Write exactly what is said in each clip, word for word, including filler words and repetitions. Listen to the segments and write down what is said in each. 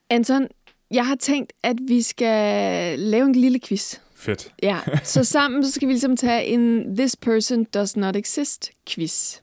Anton, jeg har tænkt, at vi skal lave en lille quiz. Fedt. Ja, så sammen så skal vi ligesom tage en This Person Does Not Exist quiz.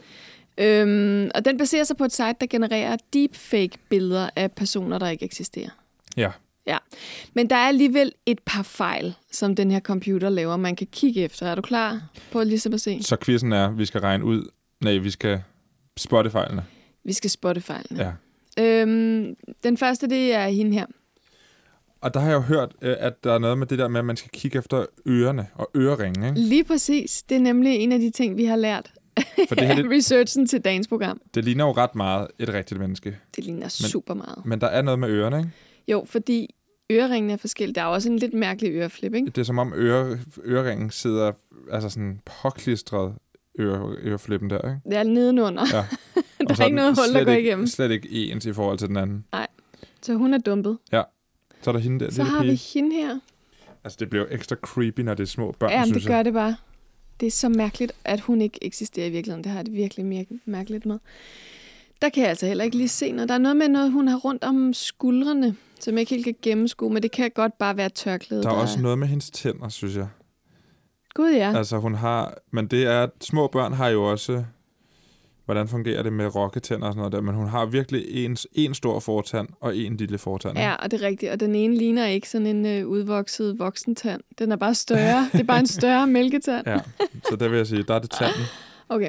Øhm, og den baserer sig på et site, der genererer deepfake-billeder af personer, der ikke eksisterer. Ja. Ja, men der er alligevel et par fejl, som den her computer laver, man kan kigge efter. Er du klar på ligesom at se? Så quizzen er, vi skal regne ud... Nej, vi skal spotte fejlene. Vi skal spotte fejlene. Ja. Øhm, den første, det er hende her. Og der har jeg jo hørt, at der er noget med det der med, at man skal kigge efter ørerne og øreringen, ikke? Lige præcis. Det er nemlig en af de ting, vi har lært For det her, det, researchen til dagens program. Det ligner jo ret meget et rigtigt menneske. Det ligner men, super meget. Men der er noget med ørerne, ikke? Jo, fordi øreringene er forskellige. Der er også en lidt mærkelig øreflip, ikke? Det er som om øre, øreringen sidder altså sådan påklistret øre, øreflippen der, ikke? Det er nedenunder. Ja. Der er ikke noget hul, der går igennem. Slet ikke ens i forhold til den anden. Nej, så hun er dumpet. Ja. Så er der hende der. Så har pige. vi hende her. Altså, det bliver jo ekstra creepy, når det er små børn, ja, synes det jeg. gør det bare. Det er så mærkeligt, at hun ikke eksisterer i virkeligheden. Det har jeg det virkelig mærkeligt med. Der kan jeg altså heller ikke lige se noget. Der er noget med noget, hun har rundt om skuldrene, som jeg ikke helt kan gennemskue, men det kan godt bare være tørklæde. Der er der også noget med hendes tænder, synes jeg. Gud, ja. Altså, hun har... Men det er... Små børn har jo også... Hvordan fungerer det med rokketænder og sådan noget der? Men hun har virkelig en, en stor fortand og en lille fortand. Ja, og det er rigtigt. Og den ene ligner ikke sådan en øh, udvokset voksentand. Den er bare større. Det er bare en større mælketand. Ja, så der vil jeg sige, der er det tanden. Okay.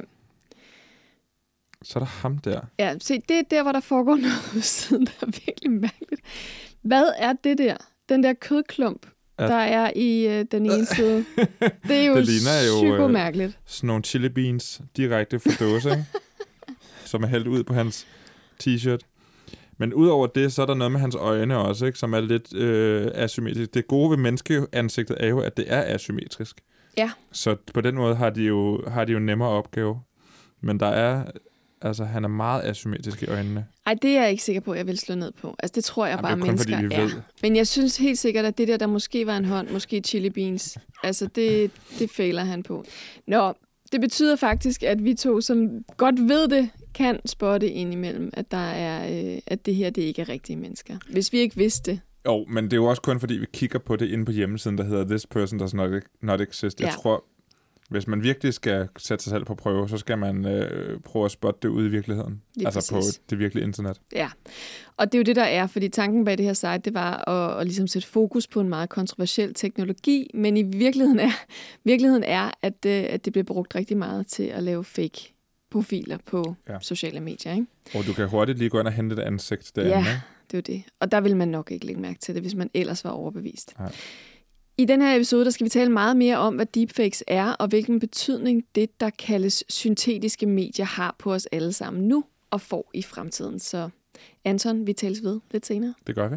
Så er der ham der. Ja, se, det er der, hvor der foregår noget ved siden, der er virkelig mærkeligt. Hvad er det der? Den der kødklump, ja. der er i øh, den ene side. Det er jo, det ligner jo psykomærkeligt. Øh, sådan nogle chili beans direkte fra dåse, ikke? Som er hældt ud på hans t-shirt. Men udover det, så er der noget med hans øjne også, ikke? Som er lidt øh, asymmetrisk. Det gode ved menneskeansigtet er jo, at det er asymmetrisk. Ja. Så på den måde har de jo, har de jo nemmere opgave. Men der er... Altså, han er meget asymmetrisk i øjnene. Ej, det er jeg ikke sikker på, at jeg vil slå ned på. Altså, det tror jeg Jamen, bare, det er kun, mennesker fordi vi er. ved. Men jeg synes helt sikkert, at det der, der måske var en hånd, måske chili beans, altså, det, det fejler han på. Nå, det betyder faktisk, at vi to, som godt ved det, kan spotte indimellem, at, der er, øh, at det her, det ikke er rigtige mennesker. Hvis vi ikke vidste det. Jo, men det er jo også kun, fordi vi kigger på det inde på hjemmesiden, der hedder This Person Does Not, not Exist. Jeg ja. tror... Hvis man virkelig skal sætte sig selv på prøve, så skal man øh, prøve at spotte det ude i virkeligheden. Lige altså præcis. På det virkelige internet. Ja, og det er jo det, der er, fordi tanken bag det her site, det var at, at ligesom sætte fokus på en meget kontroversiel teknologi, men i virkeligheden er, virkeligheden er at, øh, at det bliver brugt rigtig meget til at lave fake profiler på ja. sociale medier. Ikke? Og du kan hurtigt lige gå ind og hente et ansigt derinde. Ja, det er jo det. Og der vil man nok ikke lægge mærke til det, hvis man ellers var overbevist. Nej. I den her episode, der skal vi tale meget mere om, hvad deepfakes er, og hvilken betydning det, der kaldes syntetiske medier, har på os alle sammen nu og får i fremtiden. Så Anton, vi tales ved lidt senere. Det gør vi.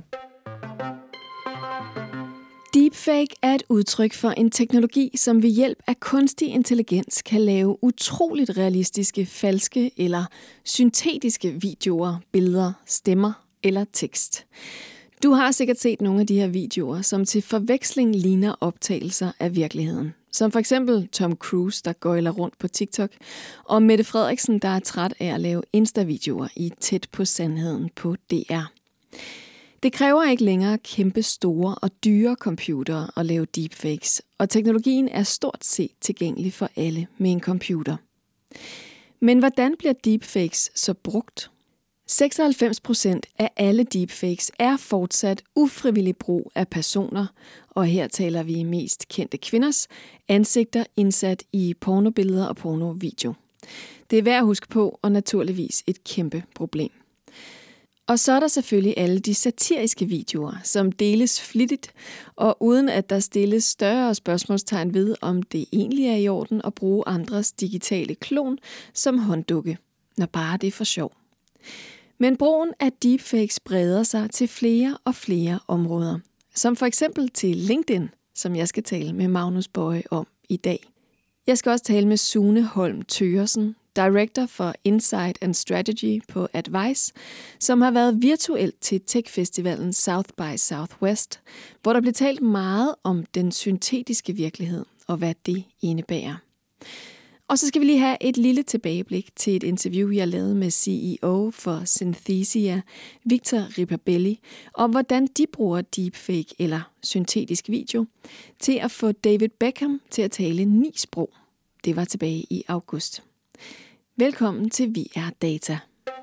Deepfake er et udtryk for en teknologi, som ved hjælp af kunstig intelligens kan lave utroligt realistiske, falske eller syntetiske videoer, billeder, stemmer eller tekst. Du har sikkert set nogle af de her videoer, som til forveksling ligner optagelser af virkeligheden. Som for eksempel Tom Cruise, der gøjler rundt på TikTok, og Mette Frederiksen, der er træt af at lave Insta-videoer i Tæt på Sandheden på D R. Det kræver ikke længere kæmpe store og dyre computere at lave deepfakes, og teknologien er stort set tilgængelig for alle med en computer. Men hvordan bliver deepfakes så brugt? seksoghalvfems procent af alle deepfakes er fortsat ufrivillig brug af personer, og her taler vi mest kendte kvinders, ansigter indsat i pornobilleder og pornovideo. Det er værd at huske på, og naturligvis et kæmpe problem. Og så er der selvfølgelig alle de satiriske videoer, som deles flittigt, og uden at der stilles større spørgsmålstegn ved, om det egentlig er i orden at bruge andres digitale klon som hånddukke, når bare det er for sjov. Men brugen af deepfakes breder sig til flere og flere områder, som for eksempel til LinkedIn, som jeg skal tale med Magnus Bøje om i dag. Jeg skal også tale med Sune Holm Thøgersen, Director for Insight and Strategy på Advice, som har været virtuelt til tech-festivalen South by Southwest, hvor der blev talt meget om den syntetiske virkelighed og hvad det indebærer. Og så skal vi lige have et lille tilbageblik til et interview, jeg lavede med C E O for Synthesia, Victor Ripabelli, om hvordan de bruger deepfake eller syntetisk video til at få David Beckham til at tale ni sprog. Det var tilbage i august. Velkommen til Vi er Data.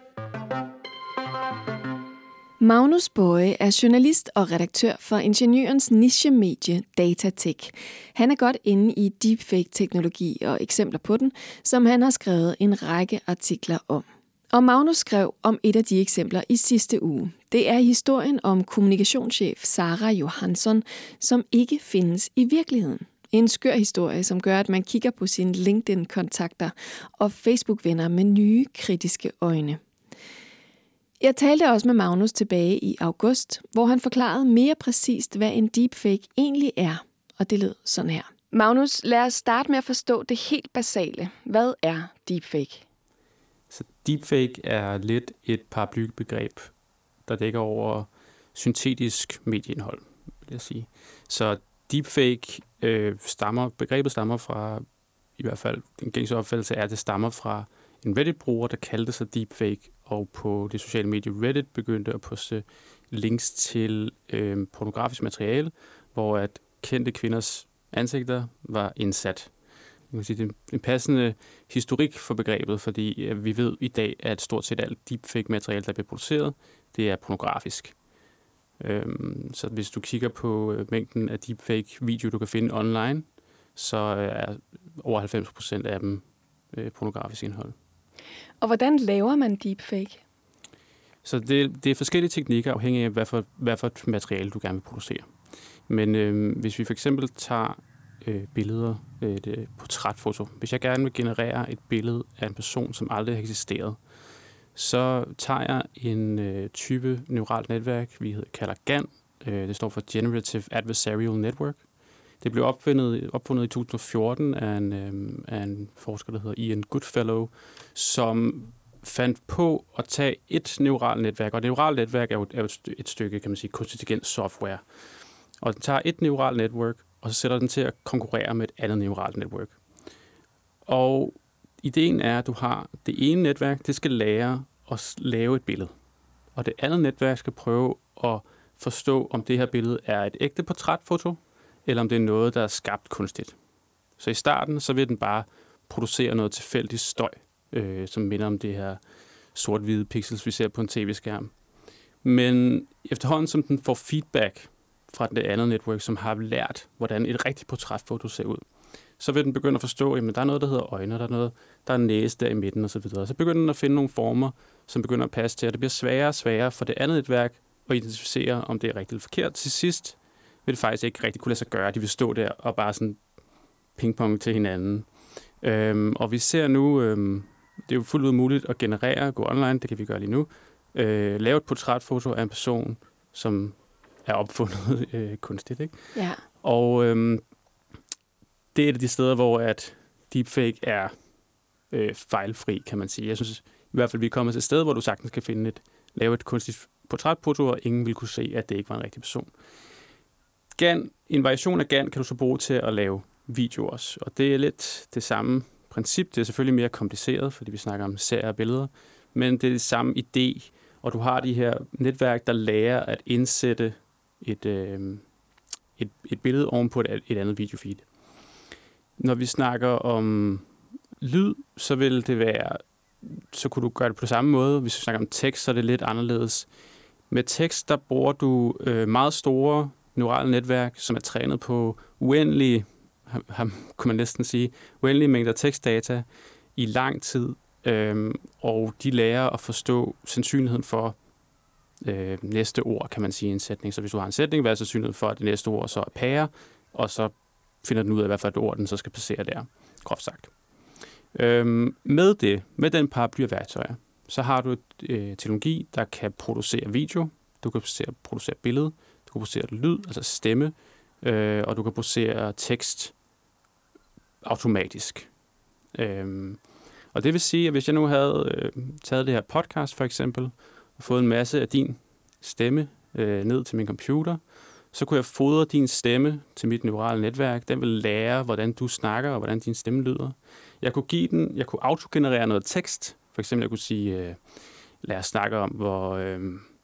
Magnus Boye er journalist og redaktør for Ingeniørens niche-medie Datatech. Han er godt inde i deepfake-teknologi og eksempler på den, som han har skrevet en række artikler om. Og Magnus skrev om et af de eksempler i sidste uge. Det er historien om kommunikationschef Sara Johansson, som ikke findes i virkeligheden. En skør historie, som gør, at man kigger på sine LinkedIn-kontakter og Facebook-venner med nye, kritiske øjne. Jeg talte også med Magnus tilbage i august, hvor han forklarede mere præcist, hvad en deepfake egentlig er. Og det lød sådan her. Magnus, lad os starte med at forstå det helt basale. Hvad er deepfake? Så deepfake er lidt et paraplybegreb, der dækker over syntetisk medieindhold, vil jeg sige. Så deepfake øh, stammer, begrebet stammer fra, i hvert fald den gængse opfattelse er, at det stammer fra en Reddit-bruger, der kaldte sig deepfake, og på det sociale medie Reddit begyndte at poste links til øh, pornografisk materiale, hvor at kendte kvinders ansigter var indsat. Man kan sige, det er en passende historik for begrebet, fordi øh, vi ved i dag, at stort set alt deepfake-materiale, der bliver produceret, det er pornografisk. Øhm, så hvis du kigger på øh, mængden af deepfake-video, du kan finde online, så er over halvfems procent af dem øh, pornografisk indhold. Og hvordan laver man deepfake? Så det, det er forskellige teknikker, afhængig af, hvad for, hvad for et materiale, du gerne vil producere. Men øh, hvis vi for eksempel tager øh, billeder, øh, et portrætfoto. Hvis jeg gerne vil generere et billede af en person, som aldrig har eksisteret, så tager jeg en øh, type neuralt netværk, vi kalder GAN. Øh, det står for Generative Adversarial Network. Det blev opfundet, opfundet i to tusind og fjorten af en, øh, af en forsker, der hedder Ian Goodfellow, som fandt på at tage et neuralt netværk. Og et neuralt netværk er jo, er jo et stykke, kan man sige, kunstig intelligens software. Og den tager et neuralt netværk, og så sætter den til at konkurrere med et andet neuralt netværk. Og ideen er, at du har det ene netværk, det skal lære at lave et billede. Og det andet netværk skal prøve at forstå, om det her billede er et ægte portrætfoto, eller om det er noget, der er skabt kunstigt. Så i starten, så vil den bare producere noget tilfældigt støj, øh, som minder om det her sort-hvide pixels, vi ser på en tv-skærm. Men efterhånden, som den får feedback fra det andet netværk, som har lært, hvordan et rigtigt portrætfoto ser ud, så vil den begynde at forstå, at der er noget, der hedder øjne, der er noget, der er næse der i midten osv. Så, så begynder den at finde nogle former, som begynder at passe til, og det bliver sværere og sværere for det andet netværk at identificere, om det er rigtigt eller forkert. Til sidst vil det faktisk ikke rigtig kunne lade sig gøre. De vil stå der og bare sådan pingpong til hinanden. Øhm, og vi ser nu, øhm, det er jo fuldt ud muligt at generere, gå online, det kan vi gøre lige nu, øh, lave et portrætfoto af en person, som er opfundet øh, kunstigt, ikke? Ja. Og øhm, det er et af de steder, hvor at deepfake er øh, fejlfri, kan man sige. Jeg synes i hvert fald, vi er kommet til et sted, hvor du sagtens kan finde et, lave et kunstigt portrætfoto, og ingen vil kunne se, at det ikke var en rigtig person. GAN, en variation af GAN kan du så bruge til at lave video også, og det er lidt det samme princip. Det er selvfølgelig mere kompliceret, fordi vi snakker om serier og billeder, men det er det samme idé, og du har de her netværk, der lærer at indsætte et, øh, et, et billede ovenpå et, et andet videofeed. Når vi snakker om lyd, så vil det være, så kunne du gøre det på samme måde. Hvis vi snakker om tekst, så er det lidt anderledes. Med tekst, der bruger du øh, meget store neurale netværk, som er trænet på uendelige, ham, kunne man næsten sige, uendelige mængder tekstdata i lang tid, øh, og de lærer at forstå sandsynligheden for øh, næste ord, kan man sige, i en sætning. Så hvis du har en sætning, hvad er sandsynligheden for, at det næste ord så er pære, og så finder den ud af, hvad for et ord den så skal placere der, groft sagt. Øhm, med det, med den paraply af værktøjer, så har du et øh, teknologi, der kan producere video, du kan producere, producere billede, du kan producere lyd, altså stemme, øh, og du kan producere tekst automatisk. Øhm, og det vil sige, at hvis jeg nu havde øh, taget det her podcast for eksempel, og fået en masse af din stemme øh, ned til min computer, så kunne jeg fodre din stemme til mit neurale netværk. Den vil lære, hvordan du snakker og hvordan din stemme lyder. Jeg kunne give den, jeg kunne autogenerere noget tekst. For eksempel, jeg kunne sige, øh, lad os snakke om, hvor, øh,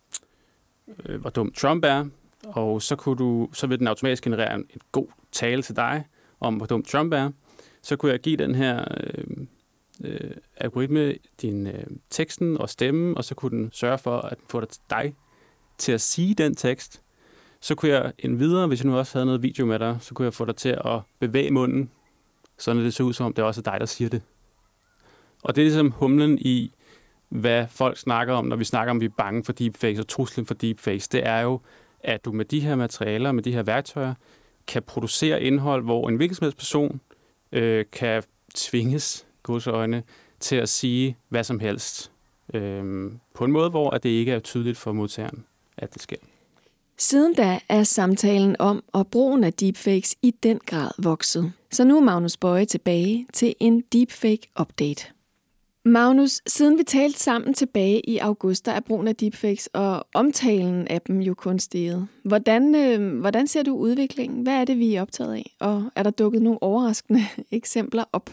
øh, hvor dum Trump er. Og så, kunne du, så vil den automatisk generere en, en god tale til dig om, hvor dum Trump er. Så kunne jeg give den her øh, øh, algoritme din øh, teksten og stemmen, og så kunne den sørge for, at den får dig til at sige den tekst. Så kunne jeg endvidere, hvis jeg nu også havde noget video med dig, så kunne jeg få dig til at bevæge munden, så det ser ud som om, det også er dig, der siger det. Og det er ligesom humlen i, hvad folk snakker om, når vi snakker om, at vi er bange for deepfakes og truslen for deepfakes. Det er jo, at du med de her materialer, med de her værktøjer, kan producere indhold, hvor en hvilken som helst person øh, kan tvinges, godsøjne, til at sige hvad som helst. Øh, på en måde, hvor at det ikke er tydeligt for modtageren, at det sker. Siden da er samtalen om og brugen af deepfakes i den grad vokset. Så nu er Magnus Boye tilbage til en deepfake-update. Magnus, siden vi talte sammen tilbage i august, der er brugen af deepfakes og omtalen af dem jo kun steget. Hvordan, øh, hvordan ser du udviklingen? Hvad er det, vi er optaget af? Og er der dukket nogle overraskende eksempler op?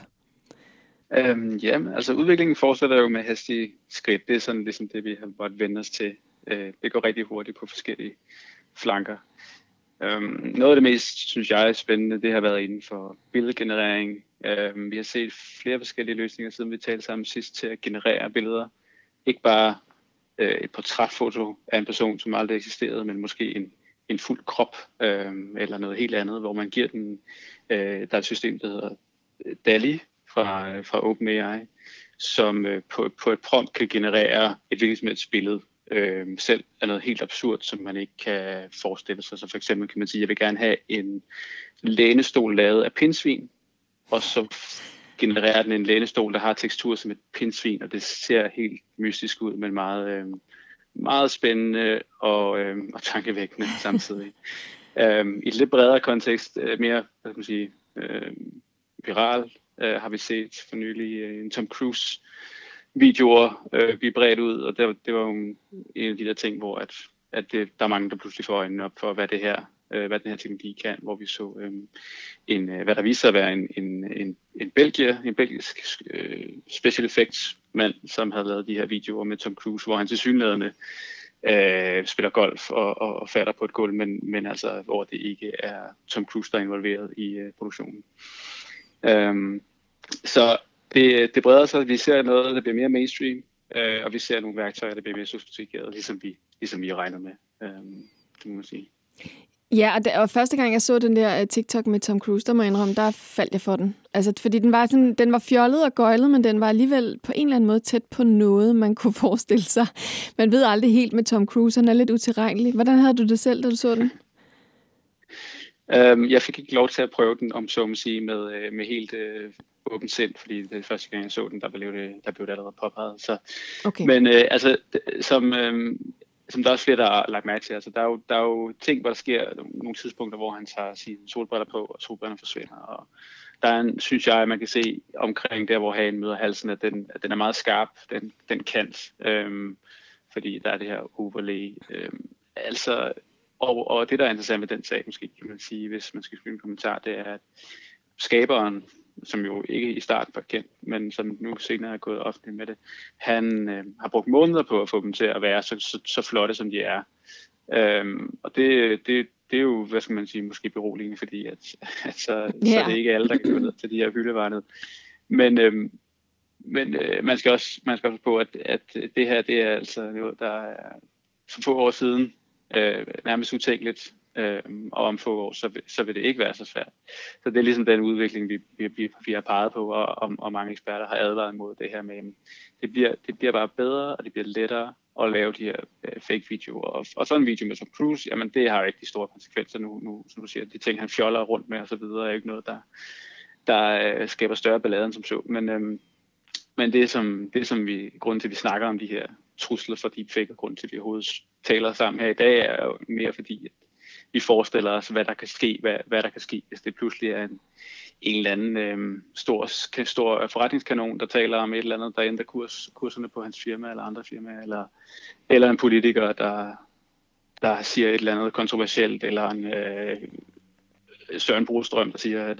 Øhm, ja, altså udviklingen fortsætter jo med hastige skridt. Det er sådan ligesom det, vi har måttet vende os til. Øh, det går rigtig hurtigt på forskellige flanker. Øhm, noget af det mest, synes jeg, er spændende, det har været inden for billedgenerering. Øhm, vi har set flere forskellige løsninger, siden vi talte sammen sidst, til at generere billeder. Ikke bare øh, et portrætfoto af en person, som aldrig eksisterede, men måske en, en fuld krop øh, eller noget helt andet, hvor man giver den, øh, der er et system, der hedder DALL-E fra, øh, fra OpenAI, som øh, på, på et prompt kan generere et hvilket som helst billede. Øh, selv er noget helt absurd, som man ikke kan forestille sig. Så for eksempel kan man sige, at jeg vil gerne have en lænestol lavet af pindsvin, og så genererer den en lænestol, der har tekstur som et pindsvin, og det ser helt mystisk ud, men meget, øh, meget spændende og, øh, og tankevækkende samtidig. øh, I et lidt bredere kontekst, øh, mere hvad skal man sige, øh, viral, øh, har vi set for nylig øh, en Tom Cruise videoer øh, blive bredt ud, og det, det var jo en af de der ting, hvor at, at det, der er mange, der pludselig får øjnene op for, hvad det her, øh, hvad den her teknologi kan, hvor vi så øh, en, øh, hvad der viser at være en, en, en, en belgier, en belgisk øh, special effects mand, som havde lavet de her videoer med Tom Cruise, hvor han tilsyneladende øh, spiller golf og, og, og fatter på et gulv, men, men altså, hvor det ikke er Tom Cruise, der er involveret i øh, produktionen. Øh, så Det, det breder sig. Vi ser noget, der bliver mere mainstream, øh, og vi ser nogle værktøjer, der bliver mere sofistikeret, ligesom vi, ligesom vi regner med, øh, det må man sige. Ja, og, det, og første gang jeg så den der TikTok med Tom Cruise, der må jeg indrømme, der faldt jeg for den. Altså, fordi den var, sådan, den var fjollet og gøjlet, men den var alligevel på en eller anden måde tæt på noget, man kunne forestille sig. Man ved aldrig helt med Tom Cruise, han er lidt utilregnelig. Hvordan havde du det selv, da du så den? Um, jeg fik ikke lov til at prøve den, om så må sige, med, med helt øh, åbent sind, fordi det første gang jeg så den, der blev det, der blev det allerede påpeget. Så. Okay. Men øh, altså, som, øh, som der er også flere, der har lagt mærke til, altså, der, er jo, der er jo ting, hvor der sker nogle tidspunkter, hvor han tager sine solbriller på, og solbrillerne forsvinder. Og der er en, synes jeg, man kan se omkring der, hvor hagen møder halsen, at den, at den er meget skarp, den, den kant, øh, fordi der er det her overlay. Øh, altså... Og, og det, der er interessant med den sag, måske kan man sige, hvis man skal skrive en kommentar, det er, at skaberen, som jo ikke i starten var kendt, men som nu senere er gået offentligt med det, han øh, har brugt måneder på at få dem til at være så, så, så flotte, som de er. Øhm, og det, det, det er jo, hvad skal man sige, måske beroligende, fordi at, at så, yeah. så er det ikke alle, der kan gå ned til de her hyldevarnet. Men, øhm, men øh, man skal også man skal også på, at, at det her, det er altså noget, der er for få år siden, Øh, nærmest utænkeligt, øh, og om få år, så vil, så vil det ikke være så svært. Så det er ligesom den udvikling, vi, vi, vi har peget på, og, og, og mange eksperter har advaret imod det her med, at det bliver, det bliver bare bedre, og det bliver lettere at lave de her øh, fake videoer. Og, og sådan en video med Tom Cruise, jamen det har rigtig store konsekvenser nu, nu som du siger, de ting, han fjoller rundt med og så videre, er ikke noget, der, der øh, skaber større ballade end som så. Men, øh, men det, som, det, som vi, grunden til, at vi snakker om de her trusler for deepfake, og grunden til, at vi overhovedet taler sammen her i dag, er jo mere fordi, at vi forestiller os, hvad der kan ske, hvad, hvad der kan ske, hvis det pludselig er en, en eller anden øhm, stor, stor forretningskanon, der taler om et eller andet, der ændrer kurs, kurserne på hans firma eller andre firmaer, eller, eller en politiker, der, der siger et eller andet kontroversielt, eller en øh, Søren Brostrøm, der siger, at, øh,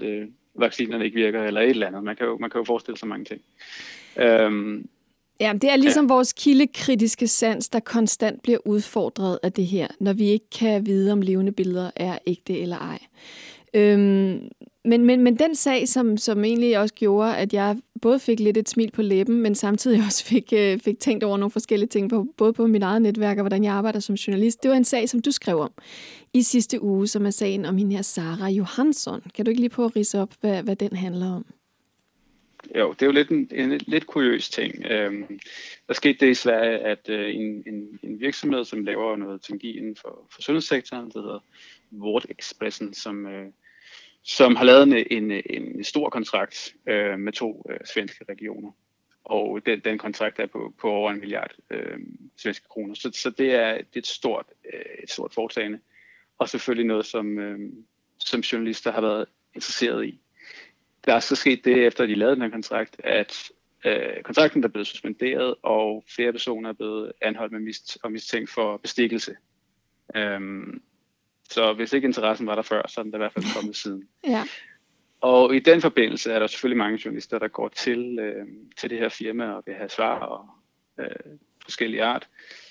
vaccinerne ikke virker, eller et eller andet. Man kan jo, man kan jo forestille sig mange ting. Øhm, Ja, det er ligesom ja. vores kildekritiske sans, der konstant bliver udfordret af det her, når vi ikke kan vide, om levende billeder er ægte eller ej. Øhm, men, men, men den sag, som, som egentlig også gjorde, at jeg både fik lidt et smil på læben, men samtidig også fik, øh, fik tænkt over nogle forskellige ting, på, både på mit eget netværk og hvordan jeg arbejder som journalist, det var en sag, som du skrev om i sidste uge, som er sagen om hende her Sarah Johansson. Kan du ikke lige prøve at ridse op, hvad, hvad den handler om? Jo, det er jo lidt en, en lidt kuriøs ting. Øhm, der skete det i Sverige, at øh, en, en, en virksomhed, som laver noget teknologi inden for, for sundhedssektoren, der hedder Vårdexpressen, som, øh, som har lavet en, en, en stor kontrakt øh, med to øh, svenske regioner. Og den, den kontrakt er på, på over en milliard øh, svenske kroner. Så, så det, er, det er et stort, øh, et stort foretagende. Og selvfølgelig noget, som, øh, som journalister har været interesseret i. Der er så sket det, efter de lavede den her kontrakt, at øh, kontrakten er blevet suspenderet, og flere personer er blevet anholdt med mist og mistænkt for bestikkelse. Øhm, så hvis ikke interessen var der før, så er den der i hvert fald kommet siden. Ja. Og i den forbindelse er der selvfølgelig mange journalister, der går til, øh, til det her firma og vil have svar og øh, forskellige art.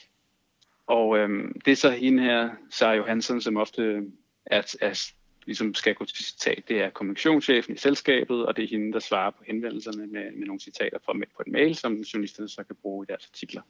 Og øh, det er så hende her, Sarah Johansson, som ofte er, er ligesom skal gå til citat. Det er kommunikationschefen i selskabet, og det er hende, der svarer på henvendelserne med, med nogle citater fra, på en mail, som journalisterne så kan bruge i deres artikler.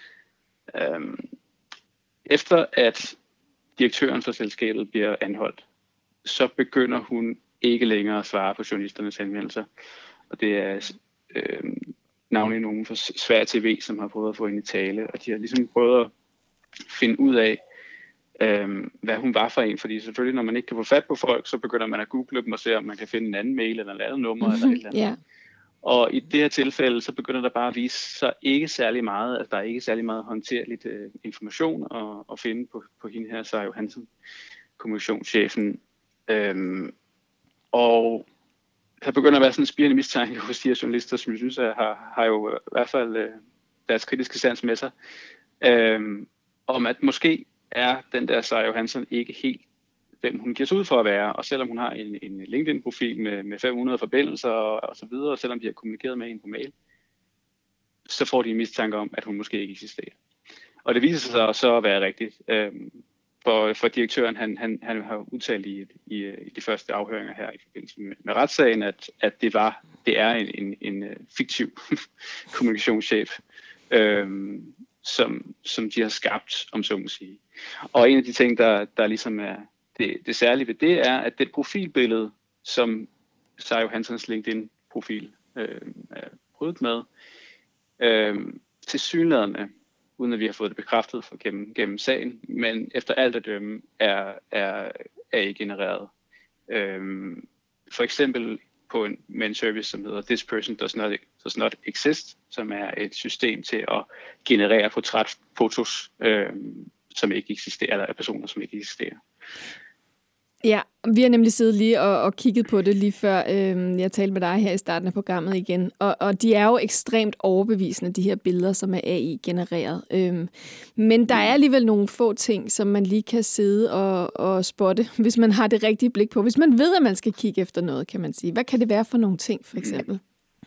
Øhm, efter at direktøren for selskabet bliver anholdt, så begynder hun ikke længere at svare på journalisternes henvendelser. Og det er øh, navnlig nogen fra Sverige T V, som har prøvet at få hende i tale, og de har ligesom prøvet at finde ud af, Øhm, hvad hun var for en, fordi selvfølgelig når man ikke kan få fat på folk, så begynder man at google dem og se, om man kan finde en anden mail eller et andet nummer eller et eller andet. Yeah. Og i det her tilfælde, så begynder der bare at vise sig ikke særlig meget, at der er ikke særlig meget håndterligt øh, information at, at finde på, på hende her, Sarah Johansson, kommunikationschefen. Øhm, og der begynder at være sådan en spirende mistanke hos de her journalister, som jeg synes er, har, har jo i hvert fald øh, deres kritiske sans med sig, øhm, om at måske er den der Sarah Johansson ikke helt, hvem hun giver sig ud for at være. Og selvom hun har en, en LinkedIn-profil med, med fem hundrede forbindelser og, og så videre, og selvom de har kommunikeret med hende på mail, så får de en mistanke om, at hun måske ikke eksisterer. Og det viser sig så at være rigtigt. Øhm, for, for direktøren, han, han, han har udtalt i, i, i de første afhøringer her i forbindelse med, med retssagen, at, at det, var, det er en, en, en fiktiv kommunikationschef, øhm, som, som de har skabt, om så må sige. Og en af de ting, der, der ligesom er det, det særlige ved det, er, at det profilbillede, som Sarah Johanssons LinkedIn-profil øh, er brydet med, øh, til synlædende, uden at vi har fået det bekræftet for gennem, gennem sagen, men efter alt at dømme, er, er, er ikke genereret. Øh, for eksempel på en, med en service, som hedder This Person Does Not, does not Exist, som er et system til at generere portrætfotos, øh, som ikke eksisterer, eller af personer, som ikke eksisterer. Ja, vi har nemlig siddet lige og, og kigget på det lige før øh, jeg talte med dig her i starten af programmet igen. Og, og de er jo ekstremt overbevisende, de her billeder, som er A I-genereret. Øh, men der er alligevel nogle få ting, som man lige kan sidde og, og spotte, hvis man har det rigtige blik på. Hvis man ved, at man skal kigge efter noget, kan man sige. Hvad kan det være for nogle ting, for eksempel?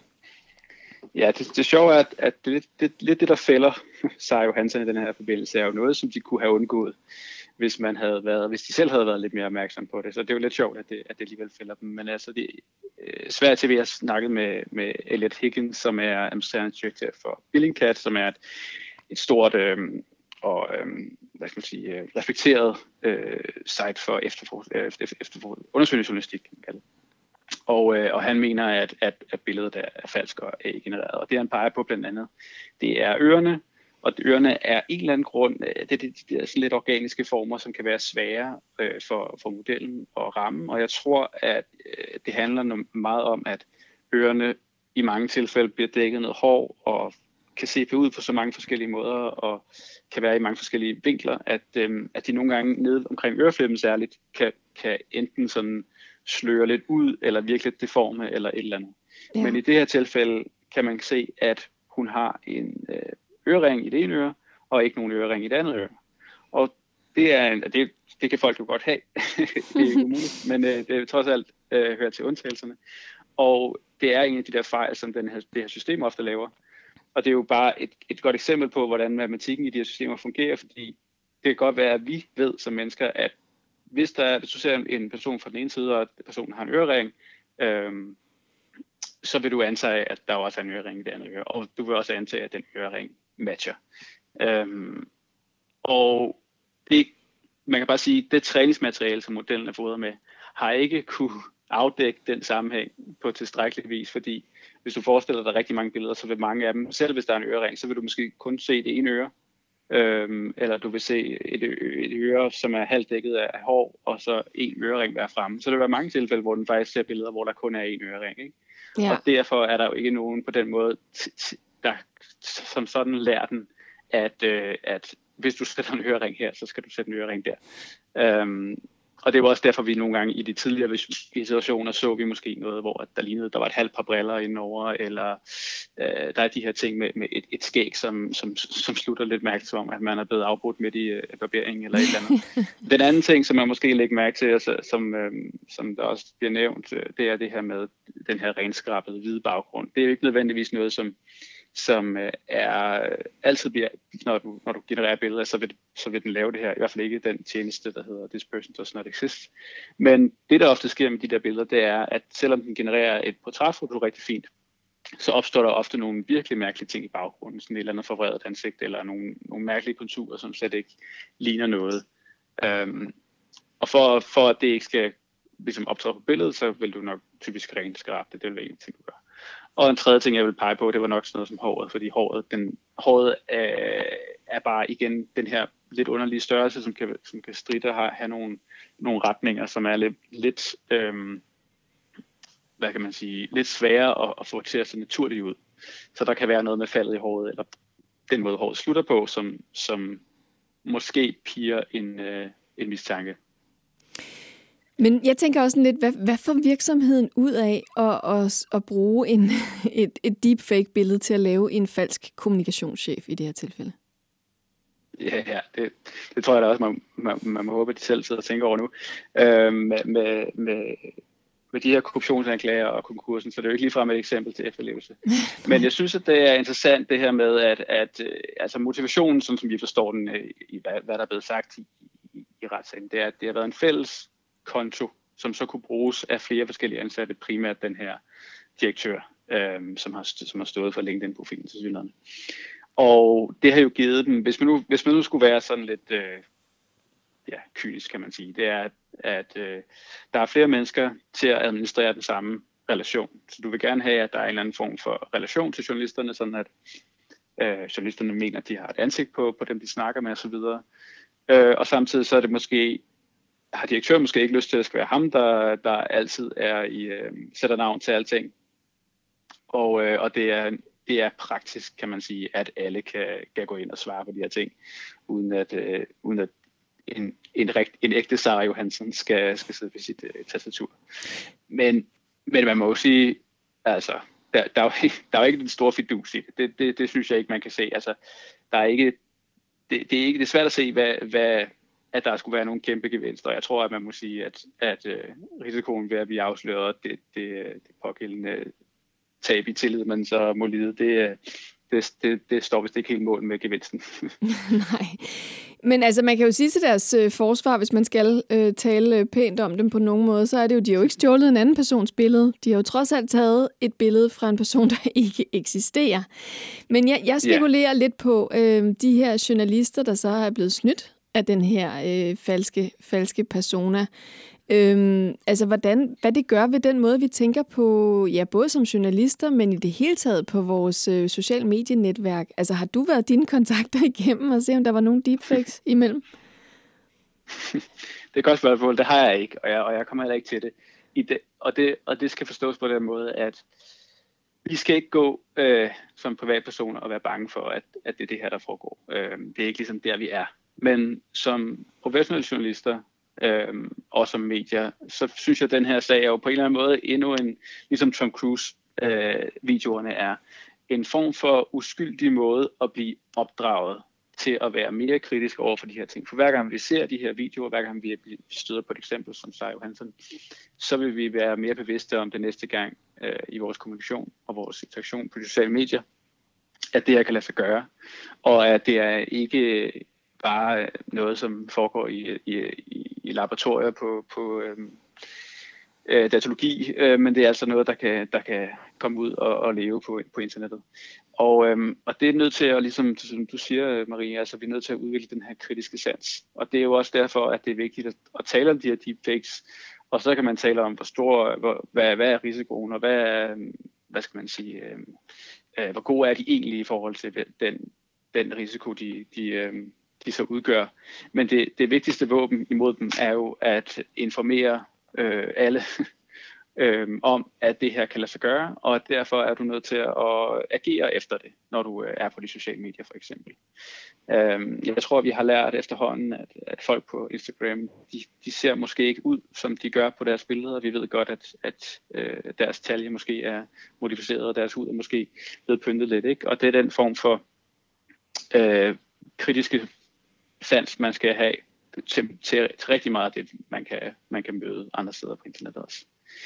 Ja, det, det sjove er, at, at det, det, lidt det, der fælder Sarah Johansson i den her forbindelse, er jo noget, som de kunne have undgået, hvis man havde været, hvis de selv havde været lidt mere opmærksom på det. Så det er jo lidt sjovt, at det, at det alligevel fælder dem. Men altså, det, øh, Sverige T V har snakket med, med Elliot Higgins, som er administrerende direktør for Billingcat, som er et, et stort øh, og øh, hvad skal man sige, reflekteret øh, site for efterfor, efter, efter, undersøgende journalistik, kan man kalde det. Og, øh, og han mener, at, at, at billedet er, er falsk og er genereret. Og det han peger på blandt andet, det er ørerne. Og ørerne er en eller anden grund, det er de, de er sådan lidt organiske former, som kan være svære øh, for, for modellen at ramme. Og jeg tror, at øh, det handler meget om, at ørerne i mange tilfælde bliver dækket noget hår og kan se ud på så mange forskellige måder og kan være i mange forskellige vinkler, at, øh, at de nogle gange nede omkring øreflippen særligt kan, kan enten sådan sløre lidt ud eller virkelig deforme eller et eller andet. Ja. Men i det her tilfælde kan man se, at hun har en øh, ørering i det ene øre, og ikke nogen ørering i det andet øre. Og det, er en, det, det kan folk jo godt have. Det er ikke umuligt, men øh, det er trods alt øh, hører til undtagelserne. Og det er en af de der fejl, som den her, det her system ofte laver. Og det er jo bare et, et godt eksempel på, hvordan matematikken i de her systemer fungerer, fordi det kan godt være, at vi ved som mennesker, at hvis, der, hvis du ser en person fra den ene side, og personen har en ørering, øhm, så vil du antage, at der også er en ørering i det andet øre, og du vil også antage, at den ørering matcher. Øhm, og det, man kan bare sige, at det træningsmateriale, som modellen er fodret med, har ikke kunne afdække den sammenhæng på tilstrækkelig vis, fordi hvis du forestiller dig rigtig mange billeder, så vil mange af dem, selv hvis der er en ørering, så vil du måske kun se det ene øre, øhm, eller du vil se et, et øre, som er halvt dækket af hår, og så en ørering være fremme. Så der vil være mange tilfælde, hvor den faktisk ser billeder, hvor der kun er en ørering, ikke? Ja. Og derfor er der jo ikke nogen på den måde, der som sådan lærer den, at, øh, at hvis du sætter en ørering her, så skal du sætte en ørering der. Øhm, og det var også derfor, vi nogle gange i de tidligere situationer så vi måske noget, hvor der lignede, der var et halvt par briller indenover, eller øh, der er de her ting med, med et, et skæg, som, som, som slutter lidt mærkeligt som, at man er blevet afbrudt midt i øh, barberingen eller et eller andet. Den anden ting, som man måske lægger mærke til, altså, som, øh, som der også bliver nævnt, øh, det er det her med den her renskrabede hvide baggrund. Det er jo ikke nødvendigvis noget, som som er altid bliver, når du, når du genererer billeder, så vil, så vil den lave det her. I hvert fald ikke den tjeneste, der hedder This person does not exist. Men det, der ofte sker med de der billeder, det er, at selvom den genererer et portrætfoto rigtig fint, så opstår der ofte nogle virkelig mærkelige ting i baggrunden. Sådan et eller andet forvredet ansigt, eller nogle, nogle mærkelige konturer, som slet ikke ligner noget. Um, og for, for at det ikke skal ligesom optræde på billedet, så vil du nok typisk renskrabe det. Det vil være en ting, du gør. Og en tredje ting, jeg vil pege på, det var nok sådan noget som håret, fordi håret, den, håret er, er bare igen den her lidt underlige størrelse, som kan, som kan stride og have, have nogle, nogle retninger, som er lidt, lidt øhm, hvad kan man sige, lidt svære at, at få til at se naturligt ud. Så der kan være noget med faldet i håret, eller den måde håret slutter på, som, som måske piger en, øh, en mistanke. Men jeg tænker også lidt, hvad, hvad får virksomheden ud af at, at, at bruge en, et, et deepfake-billede til at lave en falsk kommunikationschef i det her tilfælde? Ja, ja det, det tror jeg da også, man, man, man må håbe, at de selv sidder og tænker over nu. Øh, med, med, med, med de her korruptionsanklager og konkursen, så det er jo ikke ligefrem et eksempel til efterlevelse. Men jeg synes, at det er interessant det her med, at, at altså motivationen, sådan som vi forstår den, i hvad, hvad der er blevet sagt i, i, i retssagen, det er, at det har været en fælles konto, som så kunne bruges af flere forskellige ansatte, primært den her direktør, øhm, som, har, som har stået for LinkedIn-profilen til synligheden. Og det har jo givet dem, hvis man nu, hvis man nu skulle være sådan lidt øh, ja, kynisk, kan man sige, det er, at, at øh, der er flere mennesker til at administrere den samme relation. Så du vil gerne have, at der er en eller anden form for relation til journalisterne, sådan at øh, journalisterne mener, at de har et ansigt på, på dem, de snakker med osv. Øh, og samtidig så er det måske har direktøren måske ikke lyst til, at det skal være ham, der, der altid er i, øh, sætter navn til alting. Og, øh, og det, er, det er praktisk, kan man sige, at alle kan, kan gå ind og svare på de her ting, uden at, øh, uden at en, en, rigt, en ægte Sarah Johansson skal, skal sidde ved sit øh, tastatur. Men, men man må jo sige, altså, der, der, er jo, der er jo ikke den store fidus i det. Det, det. det synes jeg ikke, man kan se. Altså, der er ikke, det, det, er ikke, det er svært at se, hvad, hvad at der skulle være nogle kæmpe gevinster. Jeg tror, at man må sige, at, at uh, risikoen ved at blive afsløret, det, det, det pågældende tab i tillid, man så må lide, det, det, det, det står vist ikke helt mål med gevinsten. Nej, men altså man kan jo sige til deres øh, forsvar, hvis man skal øh, tale pænt om dem på nogen måde, så er det jo, de har jo ikke stjålet en anden persons billede. De har jo trods alt taget et billede fra en person, der ikke eksisterer. Men jeg, jeg spekulerer yeah. lidt på øh, de her journalister, der så er blevet snydt af den her øh, falske, falske persona. Øhm, altså, hvordan, hvad det gør ved den måde, vi tænker på, ja, både som journalister, men i det hele taget på vores øh, social medienetværk. Altså, har du været dine kontakter igennem og se, om der var nogle deepfakes imellem? Det er et godt spørgsmål. Det har jeg ikke, og jeg, og jeg kommer heller ikke til det. I det, og det. Og det skal forstås på den måde, at vi skal ikke gå øh, som privatpersoner og være bange for, at, at det er det her, der foregår. Øh, det er ikke ligesom der, vi er. Men som professionelle journalister, øhm, og som medier, så synes jeg, at den her sag er jo på en eller anden måde endnu en, ligesom Tom Cruise-videoerne øh, er, en form for uskyldig måde at blive opdraget til at være mere kritisk over for de her ting. For hver gang vi ser de her videoer, hver gang vi støder på et eksempel som Sara Johansson, så vil vi være mere bevidste om det næste gang øh, i vores kommunikation og vores interaktion på de sociale medier, at det her kan lade sig gøre, og at det er ikke bare noget, som foregår i, i, i, i laboratorier på, på øhm, øh, datalogi, øh, men det er altså noget, der kan, der kan komme ud og, og leve på, på internettet. Og, øhm, og det er nødt til at, ligesom som du siger, Marie, altså vi er nødt til at udvikle den her kritiske sans. Og det er jo også derfor, at det er vigtigt at, at tale om de her deepfakes, og så kan man tale om, hvor stor, hvor, hvad, hvad er risikoen, og hvad, er, hvad skal man sige, øh, øh, hvor gode er de egentlig i forhold til den, den risiko, de, de, øh, de så udgør. Men det, det vigtigste våben imod dem er jo at informere øh, alle øhm, om, at det her kan lade sig gøre, og derfor er du nødt til at agere efter det, når du øh, er på de sociale medier for eksempel. Øhm, jeg tror, vi har lært efterhånden, at, at folk på Instagram, de, de ser måske ikke ud, som de gør på deres billeder. Vi ved godt, at, at øh, deres talje måske er modificeret, og deres hud er måske blevet pyntet lidt, ikke? Og det er den form for øh, kritiske sans, man skal have til, til, til rigtig meget af det, man kan, man kan møde andre steder på internettet også.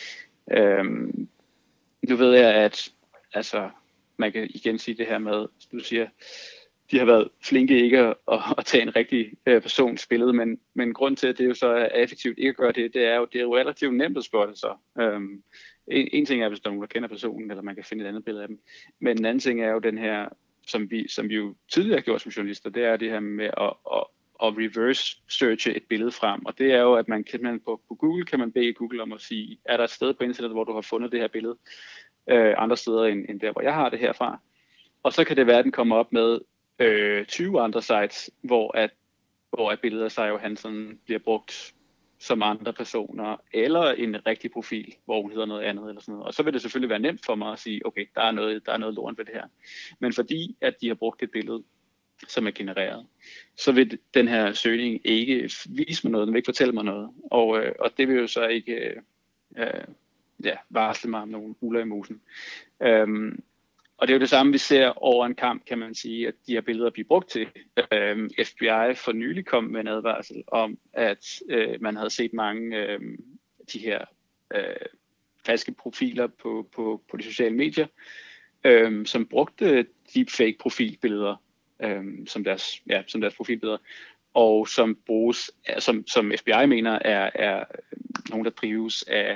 Øhm, nu ved jeg, at altså, man kan igen sige det her med, du siger, de har været flinke ikke at, at, at tage en rigtig øh, persons billede, men, men grund til, at det jo så er effektivt ikke at gøre det, det er jo, det er jo relativt nemt at spotte så. Øhm, en, en ting er, hvis der er nogen, der kender personen, eller man kan finde et andet billede af dem, men en anden ting er jo den her, som vi, som vi jo tidligere har gjort som journalister, det er det her med at, at og reverse searche et billede frem. Og det er jo, at man kan man på, på Google kan man bede Google om at sige, er der et sted på internettet, hvor du har fundet det her billede øh, andre steder end, end der, hvor jeg har det herfra. Og så kan det være, at den kommer op med øh, tyve andre sites, hvor at, hvor at billedet af Sara Johansson bliver brugt som andre personer, eller en rigtig profil, hvor hun hedder noget andet eller sådan noget. Og så vil det selvfølgelig være nemt for mig at sige, okay, der er noget, der er noget lort ved det her. Men fordi at de har brugt et billede, som er genereret, så vil den her søgning ikke vise mig noget, den vil ikke fortælle mig noget, og, øh, og det vil jo så ikke øh, ja, varsle mig om nogle uler i mosen. Øhm, og det er jo det samme, vi ser over en kamp, kan man sige, at de her billeder bliver brugt til. Øhm, F B I for nylig kom med en advarsel om, at øh, man havde set mange øh, de her øh, falske profiler på, på, på de sociale medier, øh, som brugte deepfake profilbilleder, Øhm, som deres ja, som deres profilbilleder, og som bruges, som som F B I mener er er nogen, der drives af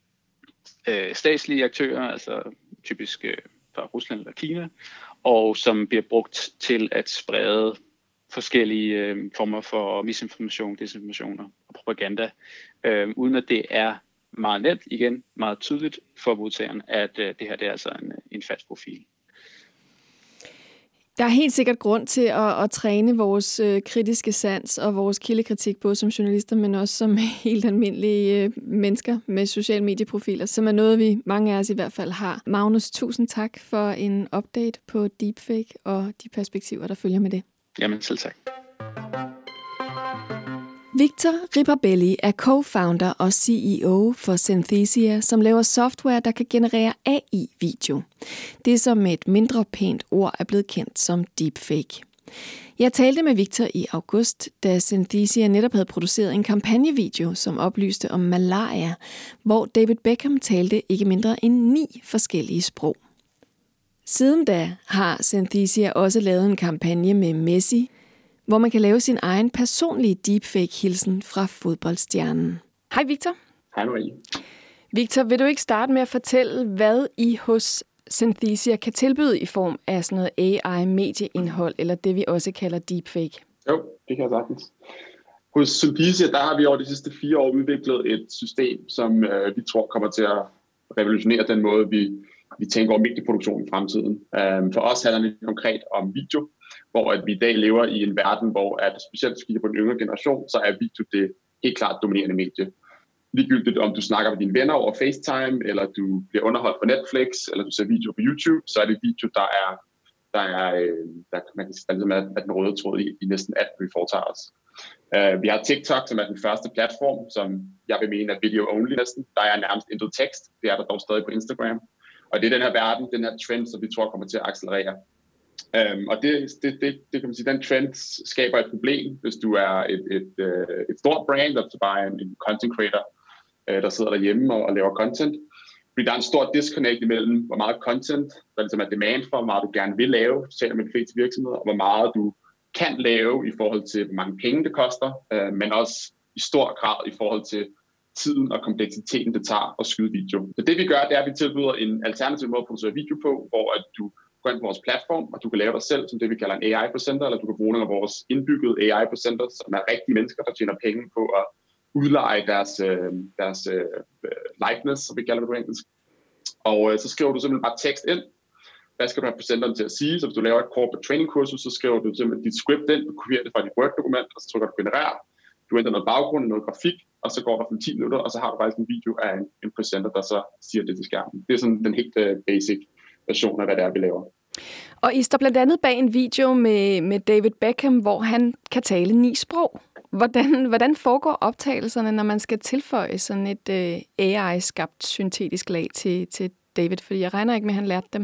øh, statslige aktører, altså typisk øh, fra Rusland eller Kina, og som bliver brugt til at sprede forskellige øh, former for misinformation, desinformationer og propaganda, øh, uden at det er meget let, igen meget tydeligt for modtageren, at øh, det her det er altså en, en fast profil. Der er helt sikkert grund til at, at træne vores øh, kritiske sans og vores kildekritik, både som journalister, men også som helt almindelige øh, mennesker med sociale medieprofiler, som er noget, vi mange af os i hvert fald har. Magnus, tusind tak for en update på deepfake og de perspektiver, der følger med det. Jamen, selv tak. Victor Riparbelli er co-founder og C E O for Synthesia, som laver software, der kan generere A I-video. Det, som med et mindre pænt ord er blevet kendt som deepfake. Jeg talte med Victor i august, da Synthesia netop havde produceret en kampagnevideo, som oplyste om malaria, hvor David Beckham talte ikke mindre end ni forskellige sprog. Siden da har Synthesia også lavet en kampagne med Messi, hvor man kan lave sin egen personlige deepfake-hilsen fra fodboldstjernen. Hej Victor. Hej Marie. Victor, vil du ikke starte med at fortælle, hvad I hos Synthesia kan tilbyde i form af sådan noget A I-medieindhold, eller det vi også kalder deepfake? Jo, det kan jeg sagtens. Hos Synthesia, der har vi over de sidste fire år udviklet et system, som øh, vi tror kommer til at revolutionere den måde, vi, vi tænker over medieproduktion i fremtiden. Um, for os handler det konkret om video, hvor at vi i dag lever i en verden, hvor at specielt hvis vi kigger på den yngre generation, så er video det helt klart dominerende medie. Ligegyldigt om du snakker med dine venner over FaceTime, eller du bliver underholdt på Netflix, eller du ser video på YouTube, så er det video, der er, der er, der, man kan sige, der er den røde tråd i, i næsten alt, vi foretager os. Uh, vi har TikTok, som er den første platform, som jeg vil mene er video-only næsten. Der er nærmest intet tekst, det er der dog stadig på Instagram. Og det er den her verden, den her trend, som vi tror kommer til at accelerere. Um, og det, det, det, det kan man sige, den trend skaber et problem, hvis du er et, et, et, et stort brand, altså bare en, en content creator, der sidder derhjemme og, og laver content. Fordi der er en stor disconnect imellem, hvor meget content, der ligesom er demand for, hvor meget du gerne vil lave, sociale medier til virksomheder, og hvor meget du kan lave i forhold til, hvor mange penge det koster, øh, men også i stor grad i forhold til tiden og kompleksiteten, det tager at skyde video. Så det vi gør, det er, at vi tilbyder en alternativ måde at producere video på, hvor at du går ind på vores platform, og du kan lave dig selv, som det vi kalder en A I presenter, eller du kan bruge nogle af vores indbyggede A I presenter, som er rigtige mennesker, der tjener penge på at udleje deres, øh, deres øh, likeness, som vi kalder det på engelsk. Og øh, så skriver du simpelthen bare tekst ind. Hvad skal du have presenteren til at sige? Så hvis du laver et corporate training kursus, så skriver du simpelthen dit script ind, du kopierer det fra dit Word-dokument, og så trykker du generer. Du ændrer noget baggrund, noget grafik, og så går der for ti minutter, og så har du faktisk en video af en, en presenter, der så siger det til skærmen. Det er sådan den helt uh, basic version af, hvad det er, vi laver. Og I står blandt andet bag en video med, med David Beckham, hvor han kan tale ni sprog. Hvordan, hvordan foregår optagelserne, når man skal tilføje sådan et uh, A I-skabt syntetisk lag til, til David? Fordi jeg regner ikke med, at han lærte dem.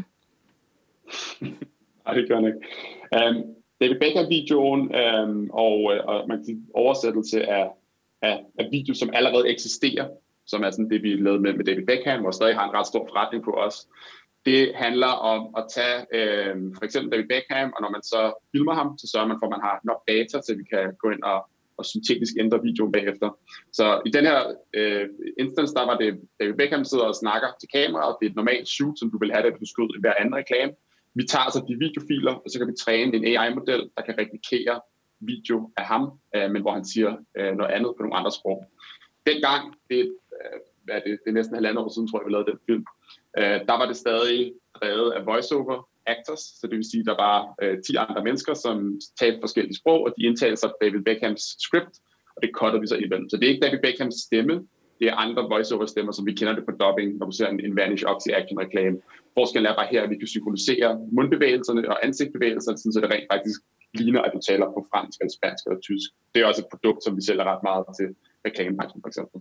Nej, det gør han ikke. Um, David Beckham-videoen um, og, og man kan sige, oversættelse af, af, af video, som allerede eksisterer, som er sådan det, vi lavede med, med David Beckham, og stadig har en ret stor forretning på os. Det handler om at tage øh, for eksempel David Beckham, og når man så filmer ham, så sørger man for, at man har nok data, så vi kan gå ind og, og syntetisk ændre videoen bagefter. Så i den her øh, instance, der var det David Beckham sidder og snakker til kameraet. Det er et normalt shoot, som du vil have det, hvis du skød hver anden reklame. Vi tager så de videofiler, og så kan vi træne en A I-model, der kan replikere video af ham, øh, men hvor han siger øh, noget andet på nogle andre sprog. Dengang, det, øh, hvad er det, det er næsten halvandet år siden, tror jeg, vi lavede den film, øh, der var det stadig drevet af voiceover actors, så det vil sige, at der var øh, ti andre mennesker, som talte forskellige sprog, og de indtalte sig David Beckhams script, og det cutter vi så imellem. Så det er ikke David Beckhams stemme, det er andre voiceover-stemmer, som vi kender det på dubbing, når du ser en, en Vanish Oxy Action reklame. Forskellen er bare her, at vi kan synkronisere mundbevægelserne og ansigtsbevægelserne, så det rent faktisk ligner, at du taler på fransk, eller spansk eller tysk. Det er også et produkt, som vi sælger ret meget til reklamebranchen, for eksempel.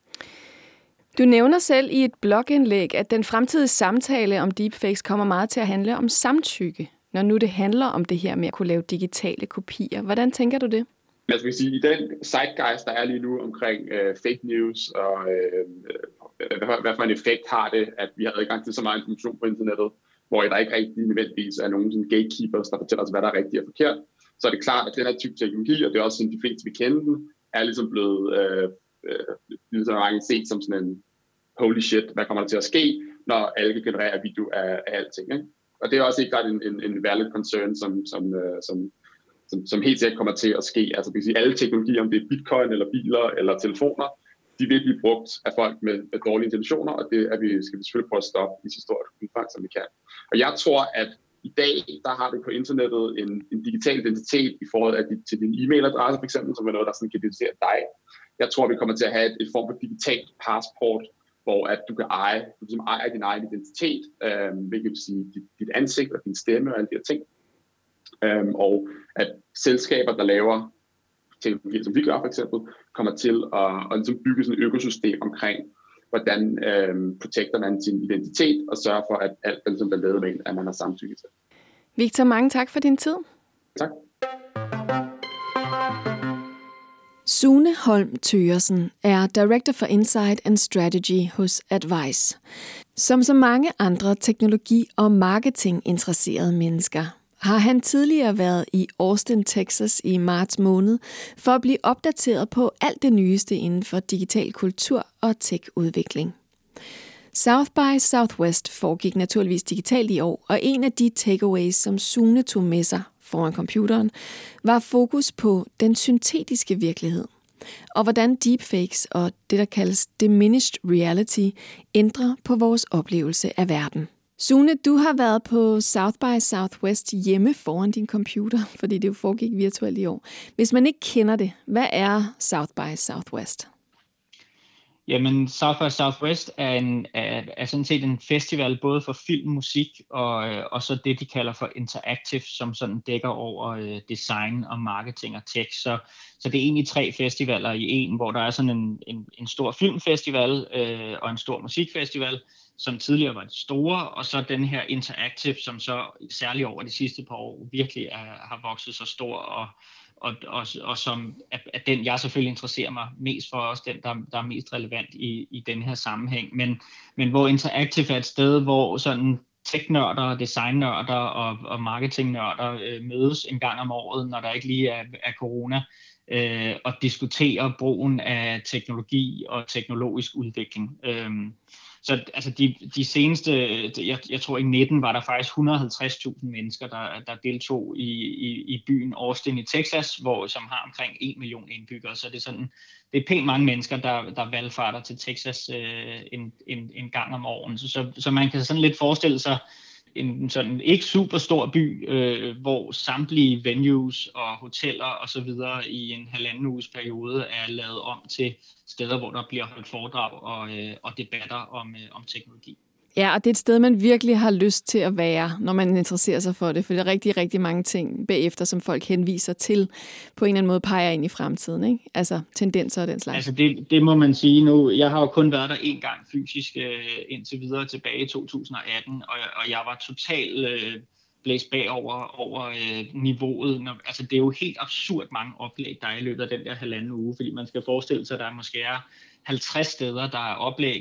Du nævner selv i et blogindlæg, at den fremtidige samtale om deepfakes kommer meget til at handle om samtykke, når nu det handler om det her med at kunne lave digitale kopier. Hvordan tænker du det? Jeg skal sige, i den zeitgeist, der er lige nu omkring øh, fake news, og øh, hvad, hvad for en effekt har det, at vi har adgang til så meget information på internettet, hvor der ikke rigtig nødvendigvis er nogen sådan gatekeepers, der fortæller os, hvad der er rigtigt og forkert, så er det klart, at den her type teknologi, og det er også sådan, de fleste vi kender den, er ligesom blevet øh, øh, ligesom mange set som sådan en holy shit, hvad kommer der til at ske, når alle kan generere video af, af alting. Ikke? Og det er også ikke klart en, en, en valid concern, som, som, øh, som, som, som helt sikkert kommer til at ske. Altså, vi kan sige, alle teknologier, om det er bitcoin, eller biler, eller telefoner, de vil blive brugt af folk med, med dårlige intentioner, og det er vi, skal vi selvfølgelig prøve at stoppe i så stort omfang, som vi kan. Og jeg tror, at i dag, der har du på internettet en, en digital identitet i forhold til din e-mailadresse, for eksempel, som er noget, der sådan kan identificere dig. Jeg tror, vi kommer til at have et, et form for digitalt passport, hvor at du kan eje, du ligesom ejer din egen identitet, øh, hvilket vil sige dit, dit ansigt og din stemme og alle de her ting. Øh, og at selskaber, der laver teknologi, som vi gør for eksempel, kommer til at, at ligesom bygge sådan et økosystem omkring, hvordan øh, protecter man sin identitet og sørger for, at alt det, som der er lavet med, at man har samtykke til. Victor, mange tak for din tid. Tak. Sune Holm Thøgersen er Director for Insight and Strategy hos Advice. Som så mange andre teknologi- og marketinginteresserede mennesker, har han tidligere været i Austin, Texas i marts måned for at blive opdateret på alt det nyeste inden for digital kultur og tech-udvikling. South by Southwest foregik naturligvis digitalt i år, og en af de takeaways, som Sune tog med sig foran computeren, var fokus på den syntetiske virkelighed, og hvordan deepfakes og det, der kaldes diminished reality, ændrer på vores oplevelse af verden. Sune, du har været på South by Southwest hjemme foran din computer, fordi det jo foregik virtuelt i år. Hvis man ikke kender det, hvad er South by Southwest? Jamen, South by Southwest er, en, er, er sådan set en festival både for film, musik og, og så det, de kalder for interactive, som sådan dækker over øh, design og marketing og tech. Så, så det er egentlig tre festivaler i en, hvor der er sådan en, en, en stor filmfestival øh, og en stor musikfestival, som tidligere var de store, og så den her interactive, som så særligt over de sidste par år virkelig er, har vokset så stor, og, og, og, og som er, er den, jeg selvfølgelig interesserer mig mest for, også den, der, der er mest relevant i, i den her sammenhæng. Men, men hvor interactive er et sted, hvor sådan tech-nørder, design-nørder og, og marketing-nørder øh, mødes en gang om året, når der ikke lige er, er corona, øh, og diskuterer brugen af teknologi og teknologisk udvikling. Øh, Så altså de, de seneste, jeg, jeg tror i nitten var der faktisk et hundrede og halvtreds tusind mennesker, der, der deltog i, i, i byen Austin i Texas, hvor, som har omkring en million indbyggere. Så det er, sådan, det er pænt mange mennesker, der, der valgfarter til Texas øh, en, en, en gang om året. Så, så, så man kan sådan lidt forestille sig en sådan ikke super stor by, øh, hvor samtlige venues og hoteller og så videre i en halvanden uges periode er lavet om til steder, hvor der bliver holdt foredrag og, øh, og debatter om, øh, om teknologi. Ja, og det er et sted, man virkelig har lyst til at være, når man interesserer sig for det, for det er rigtig, rigtig mange ting bagefter, som folk henviser til, på en eller anden måde peger ind i fremtiden, ikke? Altså tendenser og den slags. Altså det, det må man sige nu. Jeg har jo kun været der en gang fysisk øh, indtil videre tilbage i to tusind og atten, og, og jeg var totalt øh, blæst bagover over øh, niveauet. Når, altså det er jo helt absurd mange oplæg, der er i løbet af den der halvanden uge, fordi man skal forestille sig, at der måske er halvtreds steder, der er oplæg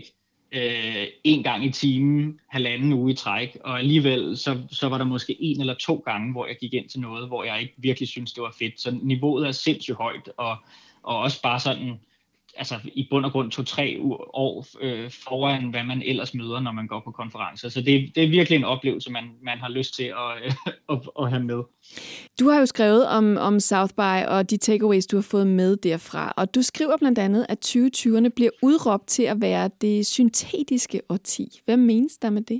Øh, en gang i timen, halvanden uge i træk, og alligevel så, så var der måske en eller to gange, hvor jeg gik ind til noget, hvor jeg ikke virkelig synes det var fedt. Så niveauet er sindssygt højt, og, og også bare sådan, altså i bund og grund to-tre år øh, foran, hvad man ellers møder, når man går på konferencer. Så det, det er virkelig en oplevelse, man, man har lyst til at, øh, at, at have med. Du har jo skrevet om, om South by og de takeaways, du har fået med derfra, og du skriver blandt andet, at tyve tyverne bliver udråbt til at være det syntetiske årti. Hvad menes der med det?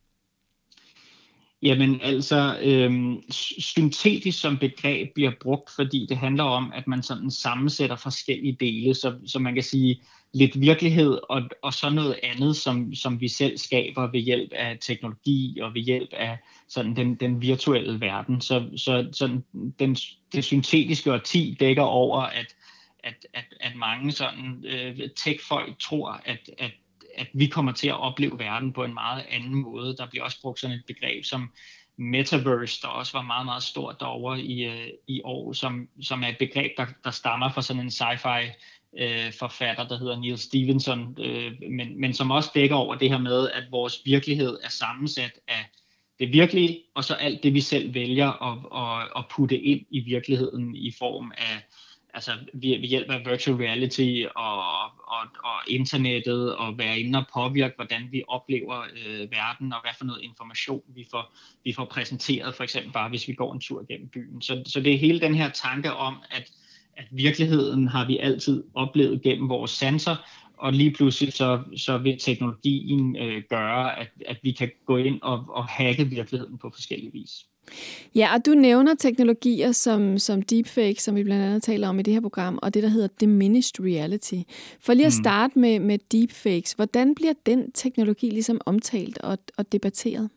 Jamen altså, øhm, syntetisk som begreb bliver brugt, fordi det handler om, at man sådan sammensætter forskellige dele, så, så man kan sige lidt virkelighed og, og så noget andet, som, som vi selv skaber ved hjælp af teknologi og ved hjælp af sådan den, den virtuelle verden. Så, så sådan den, det syntetiske årti dækker over, at, at, at, at mange sådan øh, tech-folk tror, at, at at vi kommer til at opleve verden på en meget anden måde. Der bliver også brugt sådan et begreb som metaverse, der også var meget, meget stort derovre i, i år, som, som er et begreb, der, der stammer fra sådan en sci-fi øh, forfatter, der hedder Neil Stephenson, øh, men, men som også dækker over det her med, at vores virkelighed er sammensat af det virkelige, og så alt det, vi selv vælger at, at, at putte ind i virkeligheden i form af altså ved, ved hjælp af virtual reality og, og, og internettet og være inde og påvirke, hvordan vi oplever øh, verden og hvad for noget information vi får, vi får præsenteret, for eksempel bare hvis vi går en tur gennem byen. Så, så det er hele den her tanke om, at, at virkeligheden har vi altid oplevet gennem vores sanser, og lige pludselig så, så vil teknologien øh, gøre, at, at vi kan gå ind og, og hacke virkeligheden på forskellige vis. Ja, og du nævner teknologier som, som deepfake, som vi blandt andet taler om i det her program, og det, der hedder diminished reality. For lige at starte med, med deepfakes, hvordan bliver den teknologi ligesom omtalt og, og debatteret?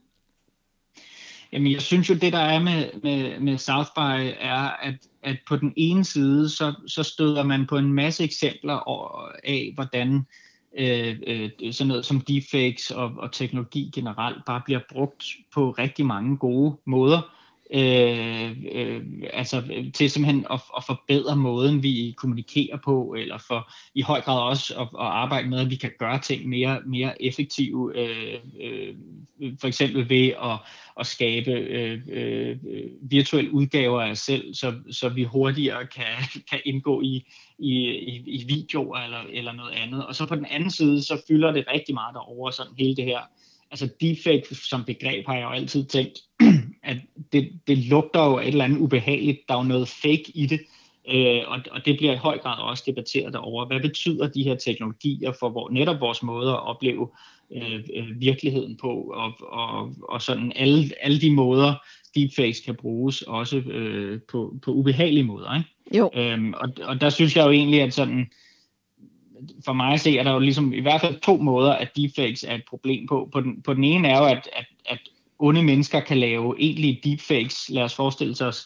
Jamen, jeg synes jo, det der er med, med, med South by, er, at, at på den ene side, så, så støder man på en masse eksempler af, hvordan øh, øh, sådan noget som deepfakes og, og teknologi generelt bare bliver brugt på rigtig mange gode måder. Øh, øh, altså til simpelthen at, at forbedre måden, vi kommunikerer på, eller for i høj grad også at, at arbejde med, at vi kan gøre ting mere, mere effektive, øh, øh, for eksempel ved at, at skabe øh, øh, virtuelle udgaver af os selv, så, så vi hurtigere kan, kan indgå i, i, i, i videoer eller, eller noget andet. Og så på den anden side, så fylder det rigtig meget derovre, sådan hele det her. Altså deepfake som begreb har jeg jo altid tænkt, at det, det lugter jo et eller andet ubehageligt. Der er jo noget fake i det, øh, og, og det bliver i høj grad også debatteret derovre. Hvad betyder de her teknologier for hvor, netop vores måde at opleve øh, øh, virkeligheden på, og, og, og sådan alle, alle de måder, deepfakes kan bruges, også øh, på, på ubehagelige måder, ikke? Jo. Øhm, og, og der synes jeg jo egentlig, at sådan for mig at se, er der jo ligesom i hvert fald to måder, at deepfakes er et problem på. På den, på den ene er jo, at, at, at onde mennesker kan lave egentlige deepfakes. Lad os forestille os,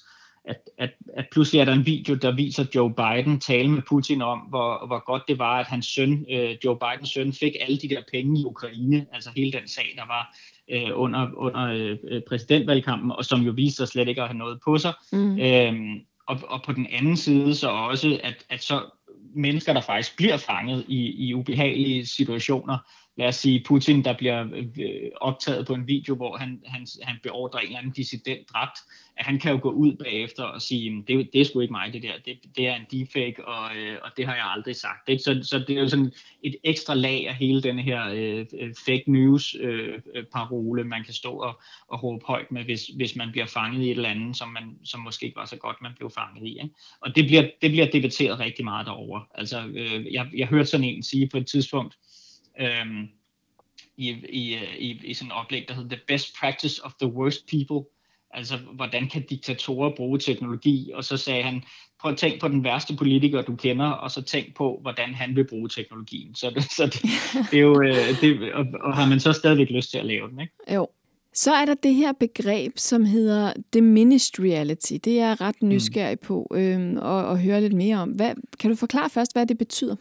at, at, at pludselig er der en video, der viser Joe Biden tale med Putin om, hvor, hvor godt det var, at hans søn, øh, Joe Bidens søn, fik alle de der penge i Ukraine, altså hele den sag, der var øh, under, under øh, præsidentvalgkampen, og som jo viste sig slet ikke at have noget på sig. Mm. Øhm, og, og på den anden side så også, at, at så mennesker, der faktisk bliver fanget i, i ubehagelige situationer. Lad os sige Putin, der bliver optaget på en video, hvor han, han, han beordrer en eller anden dissident dræbt, at han kan jo gå ud bagefter og sige, det, det er sgu ikke mig det der, det, det er en deepfake, og, og det har jeg aldrig sagt. Ikke? Så, så det er jo sådan et ekstra lag af hele denne her øh, fake news øh, parole, man kan stå og, og råbe højt med, hvis, hvis man bliver fanget i et eller andet, som, man, som måske ikke var så godt, man blev fanget i. Ikke? Og det bliver, det bliver debatteret rigtig meget derovre. Altså, øh, jeg, jeg hørte sådan en sige på et tidspunkt, Øhm, i, i, i, i sådan et oplæg, der hedder The Best Practice of the Worst People. Altså, hvordan kan diktatorer bruge teknologi? Og så sagde han, prøv at tænke på den værste politiker, du kender, og så tænk på, hvordan han vil bruge teknologien. Så, det, så det, det er jo, det, og, og har man så stadigvæk lyst til at lave den, ikke? Jo. Så er der det her begreb, som hedder diminished reality. Det er jeg ret nysgerrig på øhm, og, og høre lidt mere om. Hvad, kan du forklare først, hvad det betyder?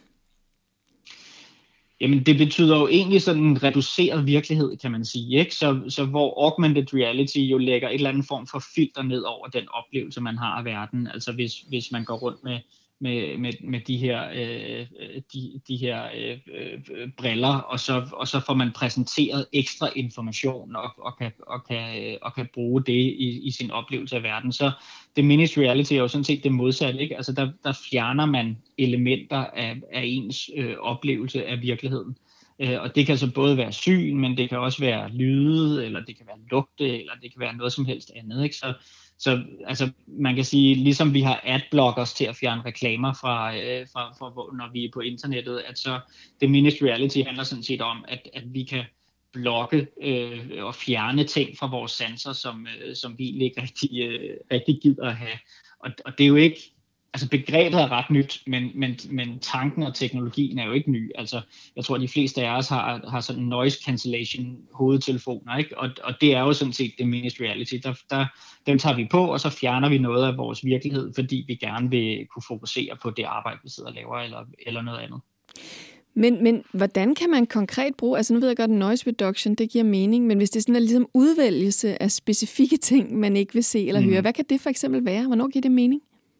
Jamen, det betyder jo egentlig sådan en reduceret virkelighed, kan man sige, ikke? Så, så hvor augmented reality jo lægger et eller andet form for filter ned over den oplevelse, man har af verden. Altså hvis, hvis man går rundt med, med, med, med de her, øh, de, de her øh, øh, briller, og så, og så får man præsenteret ekstra information og, og, kan, og, kan, og kan bruge det i, i sin oplevelse af verden. Så diminished reality er jo sådan set det modsatte, ikke? Altså der, der fjerner man elementer af, af ens øh, oplevelse af virkeligheden. Øh, og det kan så både være syn, men det kan også være lyde, eller det kan være lugte, eller det kan være noget som helst andet, ikke? Så Så altså, man kan sige, ligesom vi har adblockers til at fjerne reklamer fra, øh, fra, fra, når vi er på internettet, at så diminished reality handler sådan set om, at, at vi kan blokke øh, og fjerne ting fra vores sanser, som, øh, som vi ikke rigtig, øh, rigtig gider at have. Og, og det er jo ikke, altså begrebet er ret nyt, men, men, men tanken og teknologien er jo ikke ny. Altså, jeg tror, at de fleste af os har, har sådan noise cancellation hovedtelefoner, ikke? Og, og det er jo sådan set diminished reality. Der, der, dem tager vi på, og så fjerner vi noget af vores virkelighed, fordi vi gerne vil kunne fokusere på det arbejde, vi sidder og laver, eller, eller noget andet. Men, men hvordan kan man konkret bruge, altså nu ved jeg godt, noise reduction, det giver mening, men hvis det sådan er ligesom udvælgelse af specifikke ting, man ikke vil se eller mm. høre, hvad kan det for eksempel være? Hvornår giver det mening?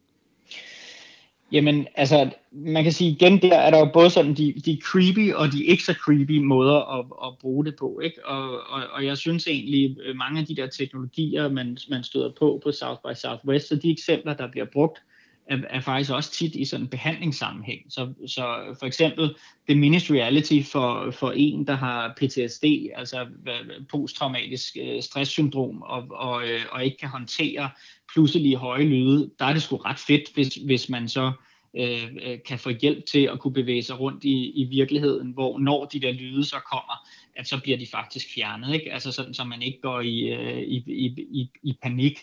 Jamen, altså, man kan sige igen, der er der jo både sådan de, de creepy og de ikke så creepy måder at, at bruge det på, ikke? Og, og, og jeg synes egentlig, mange af de der teknologier, man, man støder på på South by Southwest, så de eksempler, der bliver brugt, er, er faktisk også tit i sådan en behandlingssammenhæng. Så, så for eksempel diminished reality for, for en, der har P T S D, altså posttraumatisk stresssyndrom, og, og, og ikke kan håndtere pludselige høje lyde, der er det sgu ret fedt, hvis, hvis man så øh, kan få hjælp til at kunne bevæge sig rundt i, i virkeligheden, hvor når de der lyde så kommer, at så bliver de faktisk fjernet, ikke? Altså sådan, så man ikke går i, i, i, i, i panik.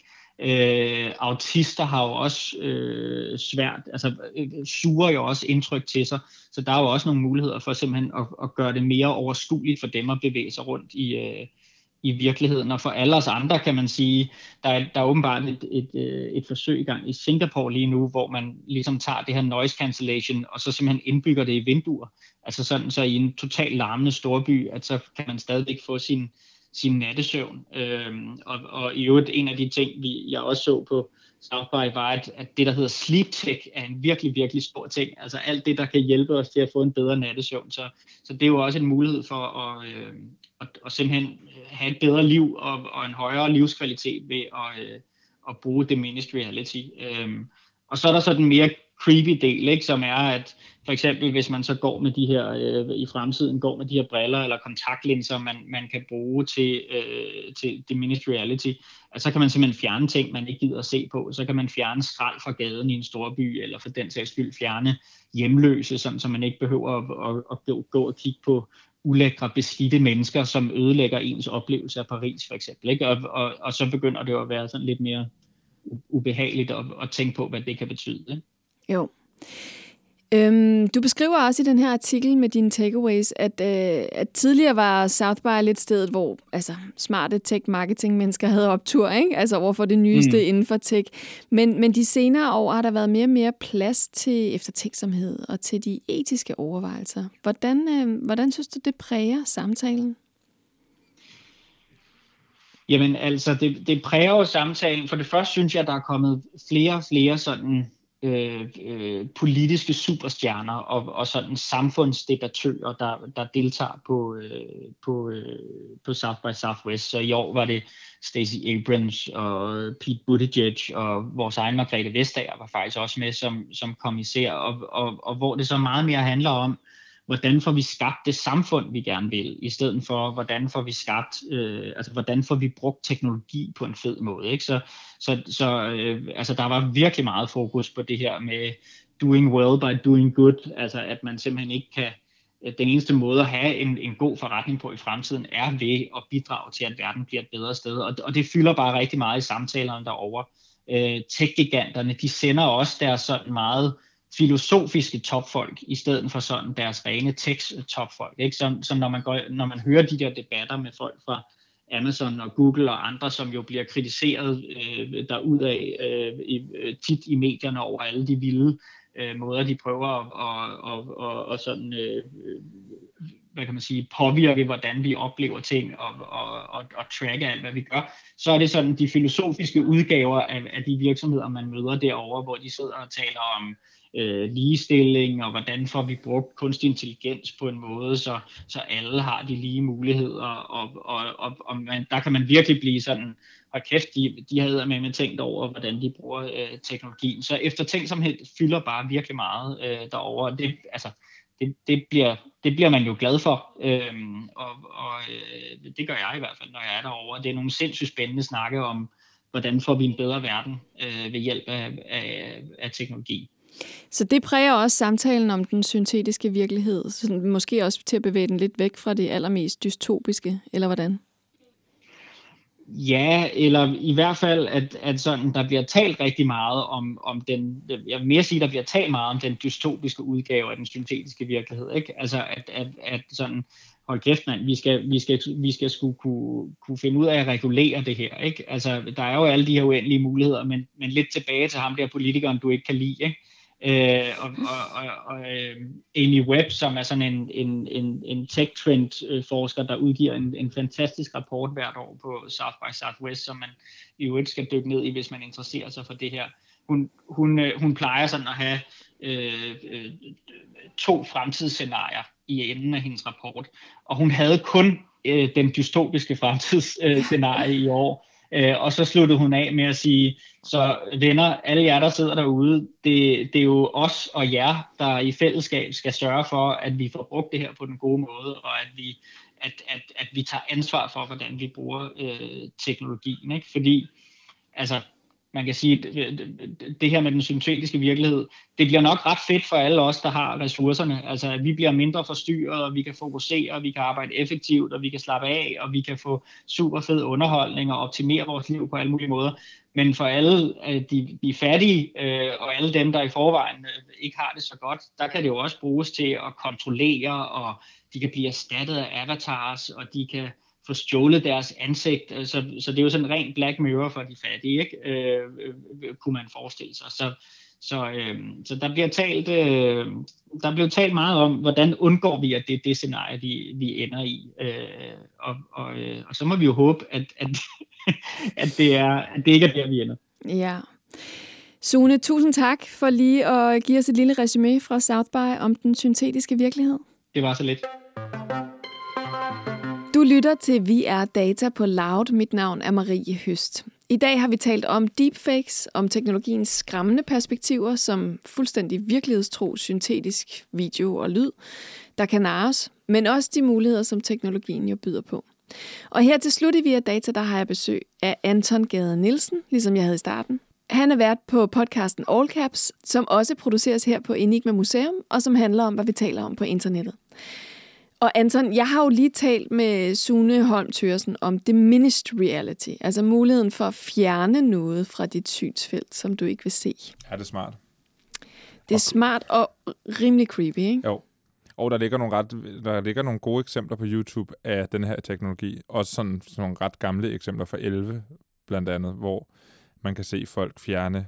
Øh, autister har jo også øh, svært, altså øh, suger jo også indtryk til sig, så der er jo også nogle muligheder for simpelthen at, at gøre det mere overskueligt for dem at bevæge sig rundt i, øh, i virkeligheden. Og for alle os andre kan man sige, der er, der er åbenbart et, et, et, et forsøg i gang i Singapore lige nu, hvor man ligesom tager det her noise cancellation, og så simpelthen indbygger det i vinduer. Altså sådan, så i en totalt larmende storby, at så kan man stadigvæk få sin sin nattesøvn. Øhm, og, og i øvrigt en af de ting, vi, jeg også så på South by, var, at, at det, der hedder sleep tech, er en virkelig, virkelig stor ting. Altså alt det, der kan hjælpe os til at få en bedre nattesøvn. Så, så det er jo også en mulighed for at, øh, at, at simpelthen have et bedre liv og, og en højere livskvalitet ved at, øh, at bruge diminished reality. Øhm, og så er der så den mere creepy del, ikke, som er, at for eksempel, hvis man så går med de her, øh, i fremtiden går med de her briller eller kontaktlinser, man, man kan bruge til, øh, til diminished reality, at så kan man simpelthen fjerne ting, man ikke gider at se på. Så kan man fjerne skrald fra gaden i en storby, eller for den sags skyld fjerne hjemløse, sådan, så man ikke behøver at, at, at gå, gå og kigge på ulækre, beskidte mennesker, som ødelægger ens oplevelse af Paris, for eksempel. Ikke? Og, og, og så begynder det at være sådan lidt mere ubehageligt at, at tænke på, hvad det kan betyde. Ikke? Jo. Øhm, du beskriver også i den her artikel med dine takeaways, at, øh, at tidligere var South by lidt stedet, hvor altså, smarte tech-marketing-mennesker havde optur, ikke? Altså overfor det nyeste mm. inden for tech. Men, men de senere år har der været mere og mere plads til eftertænksomhed og til de etiske overvejelser. Hvordan, øh, hvordan synes du, det præger samtalen? Jamen altså, det, det præger jo samtalen. For det første synes jeg, der er kommet flere og flere sådan øh, øh, politiske superstjerner og, og sådan samfundsdebattører, der, der deltager på, øh, på, øh, på South by Southwest. Så i år var det Stacey Abrams og Pete Buttigieg, og vores egen Margrethe Vestager var faktisk også med som, som kommissær, og, og, og hvor det så meget mere handler om, hvordan får vi skabt det samfund, vi gerne vil, i stedet for, hvordan får vi skabt, øh, altså hvordan får vi brugt teknologi på en fed måde, ikke? Så, så, så øh, altså, der var virkelig meget fokus på det her med doing well by doing good, altså at man simpelthen ikke kan, den eneste måde at have en, en god forretning på i fremtiden, er ved at bidrage til, at verden bliver et bedre sted, og, og det fylder bare rigtig meget i samtalerne derovre. Øh, tech-giganterne, de sender også deres sådan meget filosofiske topfolk, i stedet for sådan deres rene tech-topfolk. Ikke? Så, så når, man går, når man hører de der debatter med folk fra Amazon og Google og andre, som jo bliver kritiseret øh, derudaf øh, i, tit i medierne over alle de vilde øh, måder, de prøver at og, og, og, og sådan, øh, hvad kan man sige, påvirke, hvordan vi oplever ting og, og, og, og tracke alt, hvad vi gør, så er det sådan de filosofiske udgaver af, af de virksomheder, man møder derovre, hvor de sidder og taler om Øh, ligestilling, og hvordan får vi brugt kunstig intelligens på en måde, så, så alle har de lige muligheder, og, og, og, og man, der kan man virkelig blive sådan, hold kæft, de, de har med med tænkt over, hvordan de bruger øh, teknologien. Så eftertænksomhed fylder bare virkelig meget øh, derovre, det, altså, det, det, bliver, det bliver man jo glad for, øhm, og, og øh, det gør jeg i hvert fald, når jeg er derovre. Det er nogle sindssygt spændende snakke om, hvordan får vi en bedre verden øh, ved hjælp af, af, af teknologi. Så det præger også samtalen om den syntetiske virkelighed, så måske også til at bevæge den lidt væk fra det allermest dystopiske, eller hvordan? Ja, eller i hvert fald, at, at sådan, der bliver talt rigtig meget om, om den, jeg vil mere sige, der bliver talt meget om den dystopiske udgave af den syntetiske virkelighed, ikke? Altså, at, at, at sådan, hold kæft mand, vi skal, vi skal, vi skal skulle kunne, kunne finde ud af at regulere det her, ikke? Altså, der er jo alle de her uendelige muligheder, men, men lidt tilbage til ham der politikeren, du ikke kan lide, ikke? Øh, og og, og, og øh, Amy Webb, som er sådan en, en, en, en tech-trend-forsker, der udgiver en, en fantastisk rapport hvert år på South by Southwest, som man i øvrigt skal dykke ned i, hvis man interesserer sig for det her. Hun, hun, hun plejer sådan at have øh, øh, to fremtidsscenarier i enden af hendes rapport, og hun havde kun øh, den dystopiske fremtidsscenarie i år. Øh, og så sluttede hun af med at sige, så venner, alle jer, der sidder derude, det, det er jo os og jer, der i fællesskab skal sørge for, at vi får brugt det her på den gode måde, og at vi, at, at, at vi tager ansvar for, hvordan vi bruger øh, teknologien. Ikke? Fordi, altså, man kan sige, det, det her med den syntetiske virkelighed, det bliver nok ret fedt for alle os, der har ressourcerne. Altså, vi bliver mindre forstyrret, og vi kan fokusere, og vi kan arbejde effektivt, og vi kan slappe af, og vi kan få super fed underholdning og optimere vores liv på alle mulige måder. Men for alle de, de fattige, øh, og alle dem, der i forvejen øh, ikke har det så godt, der kan det jo også bruges til at kontrollere, og de kan blive erstattet af avatars, og de kan få stjålet deres ansigt, så, så det er jo sådan en ren Black Mirror for de fattige, ikke? Øh, øh, kunne man forestille sig. Så, så, øh, så der bliver talt, øh, der bliver talt meget om, hvordan undgår vi, at det er det scenarie, vi, vi ender i. Øh, og, og, øh, og så må vi jo håbe, at, at, at, det, er, at det ikke er der, vi ender. Ja. Sune, tusind tak for lige at give os et lille resumé fra South by om den syntetiske virkelighed. Det var så lidt. Du lytter til Vi er Data på Loud. Mit navn er Marie Høst. I dag har vi talt om deepfakes, om teknologiens skræmmende perspektiver, som fuldstændig virkelighedstro syntetisk video og lyd, der kan narres, men også de muligheder, som teknologien jo byder på. Og her til slut i Vi er Data, der har jeg besøg af Anton Gade Nielsen, ligesom jeg havde i starten. Han er vært på podcasten All Caps, som også produceres her på Enigma Museum, og som handler om, hvad vi taler om på internettet. Og Anton, jeg har jo lige talt med Sune Holm Thøgersen om diminished reality, altså muligheden for at fjerne noget fra dit synsfelt, som du ikke vil se. Ja, det er smart. Det er smart og rimelig creepy, ikke? Jo. Og der ligger nogle ret, der ligger nogle gode eksempler på YouTube af den her teknologi. Også sådan, sådan nogle ret gamle eksempler fra elleve, blandt andet, hvor man kan se folk fjerne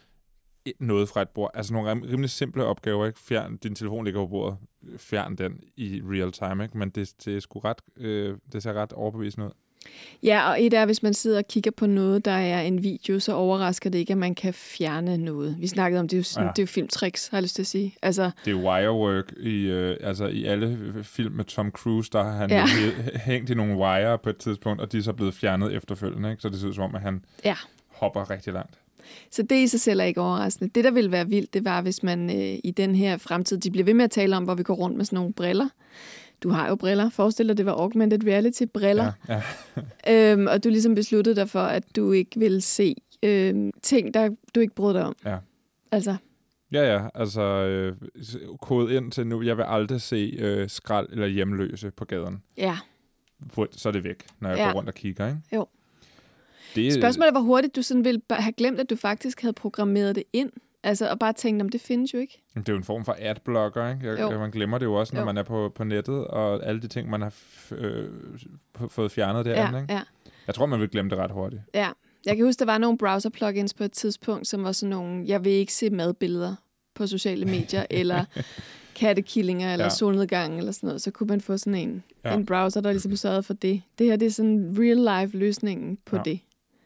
noget fra et bord. Altså nogle rimelig simple opgaver, ikke? Fjern, din telefon ligger på bordet. Fjern den i real time, ikke? Men det, det er sgu ret, øh, det ser ret overbevisende ud. Ja, og et er, hvis man sidder og kigger på noget, der er en video, så overrasker det ikke, at man kan fjerne noget. Vi snakkede om, det er jo, sådan, ja. det er jo filmtricks, har jeg lyst til at sige. Altså, det er wirework i, øh, altså i alle film med Tom Cruise, der har han ja. hængt i nogle wire på et tidspunkt, og de er så blevet fjernet efterfølgende, ikke? Så det ser ud som om, at han ja. hopper rigtig langt. Så det i sig selv er ikke overraskende. Det, der ville være vildt, det var, hvis man øh, i den her fremtid, de bliver ved med at tale om, hvor vi går rundt med sådan nogle briller. Du har jo briller. Forestil dig, det var augmented reality-briller. Ja, ja. øhm, og du ligesom besluttede dig for, at du ikke ville se øhm, ting, der du ikke brød dig om. Ja. Altså. Ja, ja. Altså, øh, kode ind til nu. Jeg vil aldrig se øh, skrald eller hjemløse på gaden. Ja. Så er det væk, når jeg ja. går rundt og kigger, ikke? Jo. Det... Spørgsmålet er, hvor hurtigt du sådan ville have glemt, at du faktisk havde programmeret det ind. Altså, og bare tænkt, om det findes jo ikke. Det er jo en form for adblocker, ikke? Jeg, man glemmer det jo også, når jo. man er på, på nettet, og alle de ting, man har f- øh, fået fjernet derinde, ja, ikke? Ja. Jeg tror, man vil glemme det ret hurtigt. Ja. Jeg kan huske, der var nogle browser-plugins på et tidspunkt, som var sådan nogle, jeg vil ikke se madbilleder på sociale medier, eller kattekillinger, eller ja. solnedgang, eller sådan noget. Så kunne man få sådan en, ja. en browser, der ligesom sørgede for det. Det her, det er sådan real-life-løsningen på ja. det.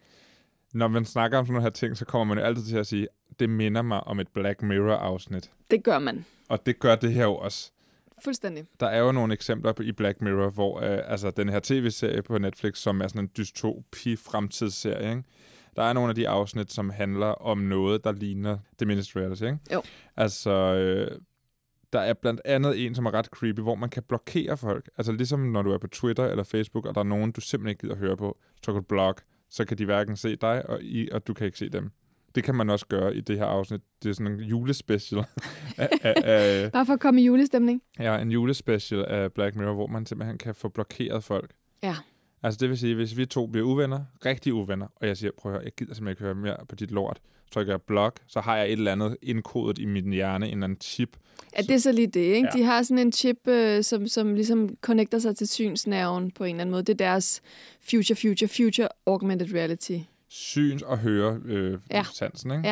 Når man snakker om sådan nogle her ting, så kommer man jo altid til at sige, det minder mig om et Black Mirror-afsnit. Det gør man. Og det gør det her jo også. Fuldstændig. Der er jo nogle eksempler i Black Mirror, hvor øh, altså den her tv-serie på Netflix, som er sådan en dystopi-fremtidsserie, ikke? Der er nogle af de afsnit, som handler om noget, der ligner Diminished Reality, ikke? Jo. Altså, øh, der er blandt andet en, som er ret creepy, hvor man kan blokere folk. Altså ligesom når du er på Twitter eller Facebook, og der er nogen, du simpelthen ikke gider høre på, så trykker du block, så kan de hverken se dig, og, I, og du kan ikke se dem. Det kan man også gøre i det her afsnit. Det er sådan en julespecial. af, af, Bare for at komme i julestemning. Ja, en julespecial af Black Mirror, hvor man simpelthen kan få blokeret folk. Ja. Altså det vil sige, hvis vi to bliver uvenner, rigtig uvenner, og jeg siger, prøv at høre, jeg gider simpelthen ikke høre mere på dit lort, så trykker jeg block, så har jeg et eller andet indkodet i min hjerne, en eller anden chip. Ja, det er så lige det, ikke? Ja. De har sådan en chip, øh, som, som ligesom connecter sig til synsnerven på en eller anden måde. Det er deres future, future, future augmented reality. Syns- og høre øh, ja. sansen, ikke? Ja.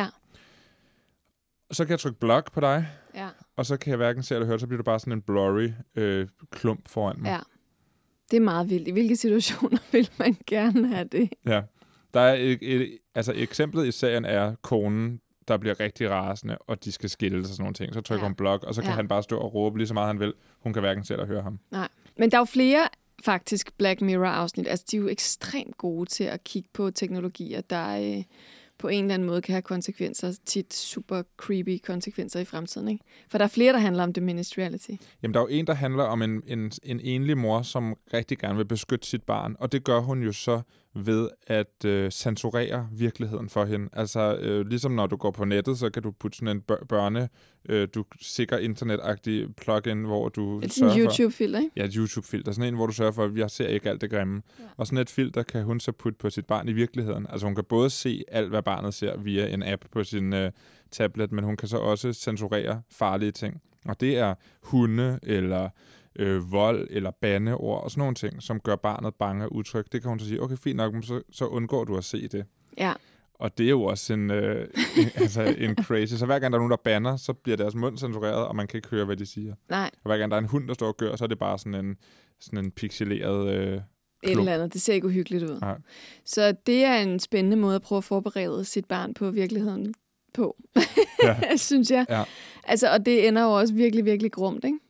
Så kan jeg trykke block på dig, ja. og så kan jeg hverken se eller høre, så bliver det bare sådan en blurry øh, klump foran mig. Ja. Det er meget vildt. I hvilke situationer vil man gerne have det? Ja. Der er et, et, altså eksemplet i serien er konen, der bliver rigtig rasende, og de skal skille sig sådan nogle ting. Så trykker ja. hun block, og så kan ja. han bare stå og råbe lige så meget, han vil. Hun kan hverken se eller høre ham. Nej. Men der er jo flere faktisk Black Mirror-afsnit. Altså, de er jo ekstremt gode til at kigge på teknologier, der øh, på en eller anden måde kan have konsekvenser, tit super creepy konsekvenser i fremtiden, ikke? For der er flere, der handler om diminished reality. Jamen, der er jo en, der handler om en, en, en enlig mor, som rigtig gerne vil beskytte sit barn, og det gør hun jo så ved at øh, censurere virkeligheden for hende. Altså, øh, ligesom når du går på nettet, så kan du putte sådan en bør- børne, øh, du sikker internetagtig plugin, hvor du et sørger for... Et YouTube-filter, ikke? Ja, et YouTube-filter. Sådan en, hvor du sørger for, at jeg ser ikke alt det grimme. Ja. Og sådan et filter kan hun så putte på sit barn i virkeligheden. Altså, hun kan både se alt, hvad barnet ser via en app på sin øh, tablet, men hun kan så også censurere farlige ting. Og det er hunde, eller øh, vold, eller bandeord, og sådan nogle ting, som gør barnet bange og utryg. Det kan hun så sige, okay, fint nok, så, så undgår du at se det. Ja. Og det er jo også en, øh, en, altså en crazy. Så hver gang der er nogen, der banner, så bliver deres mund censureret, og man kan ikke høre, hvad de siger. Nej. Og hver gang der er en hund, der står og gør, så er det bare sådan en, sådan en pixeleret øh, et eller andet. Det ser ikke uhyggeligt ud. Nej. Så det er en spændende måde at prøve at forberede sit barn på virkeligheden på, ja. synes jeg. Ja. Altså, og det ender jo også virkelig, virkelig grumt, ikke?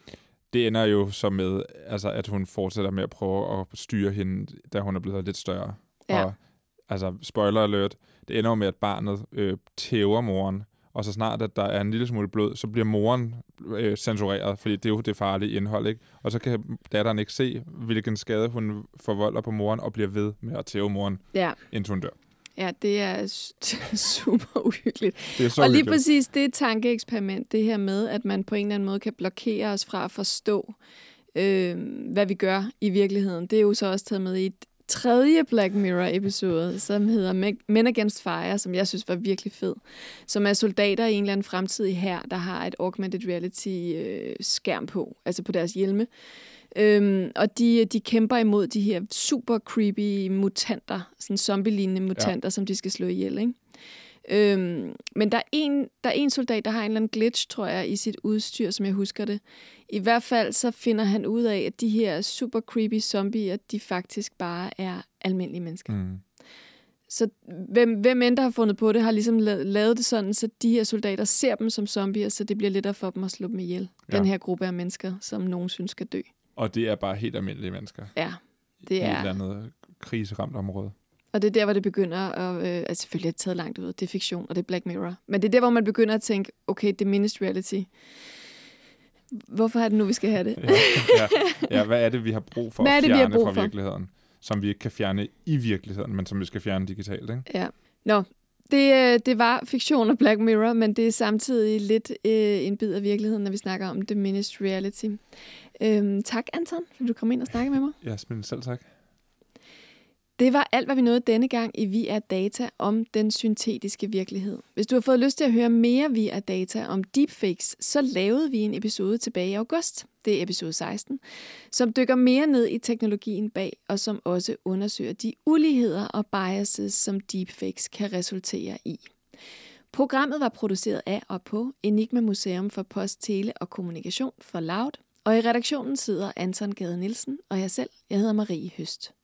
Det ender jo så med, altså, at hun fortsætter med at prøve at styre hende, da hun er blevet lidt større. Ja. Og, altså, spoiler alert, det ender jo med, at barnet øh, tæver moren, og så snart, at der er en lille smule blod, så bliver moren øh, censureret, fordi det er jo det farlige indhold, ikke? Og så kan datteren ikke se, hvilken skade hun forvolder på moren, og bliver ved med at tæve moren, ja. indtil hun dør. Ja, det er super uhyggeligt. Det er så og lige uhyggeligt. præcis det et tankeeksperiment, det her med, at man på en eller anden måde kan blokere os fra at forstå, øh, hvad vi gør i virkeligheden. Det er jo så også taget med i et tredje Black Mirror-episode, som hedder Men Against Fire, som jeg synes var virkelig fed. Som er soldater i en eller anden fremtidig hær, der har et augmented reality-skærm på, altså på deres hjelme. Øhm, og de, de kæmper imod de her super creepy mutanter, sådan zombie-lignende mutanter, ja. Som de skal slå ihjel, ikke? Øhm, men der er, en, der er en soldat, der har en eller anden glitch, tror jeg, i sit udstyr, som jeg husker det. I hvert fald så finder han ud af, at de her super creepy zombier, de faktisk bare er almindelige mennesker. Mm. Så hvem, hvem end der har fundet på det, har ligesom lavet det sådan, så de her soldater ser dem som zombier, så det bliver lettere for dem at slå dem ihjel. Ja. Den her gruppe af mennesker, som nogen synes skal dø. Og det er bare helt almindelige mennesker. Ja, det er. I et eller andet kriseramt område. Og det er der, hvor det begynder at... Øh, altså selvfølgelig er det taget langt ud. Det er fiktion, og det er Black Mirror. Men det er der, hvor man begynder at tænke, okay, diminished reality. Hvorfor er det nu, vi skal have det? ja, ja, ja, hvad er det, vi har brug for at fjerne fra for? virkeligheden? Som vi ikke kan fjerne i virkeligheden, men som vi skal fjerne digitalt, ikke? Ja. Nå, det, det var fiktion og Black Mirror, men det er samtidig lidt øh, en bid af virkeligheden, når vi snakker om diminished reality. Øhm, tak, Anton, fordi du kom ind og snakkede med mig. Ja, men selv tak. Det var alt, hvad vi nåede denne gang i Vi er Data om den syntetiske virkelighed. Hvis du har fået lyst til at høre mere Vi er Data om deepfakes, så lavede vi en episode tilbage i august. Det er episode seksten, som dykker mere ned i teknologien bag, og som også undersøger de uligheder og biases, som deepfakes kan resultere i. Programmet var produceret af og på Enigma Museum for Post, Tele og Kommunikation for Loud, og i redaktionen sidder Anton Gade Nielsen og jeg selv. Jeg hedder Marie Høst.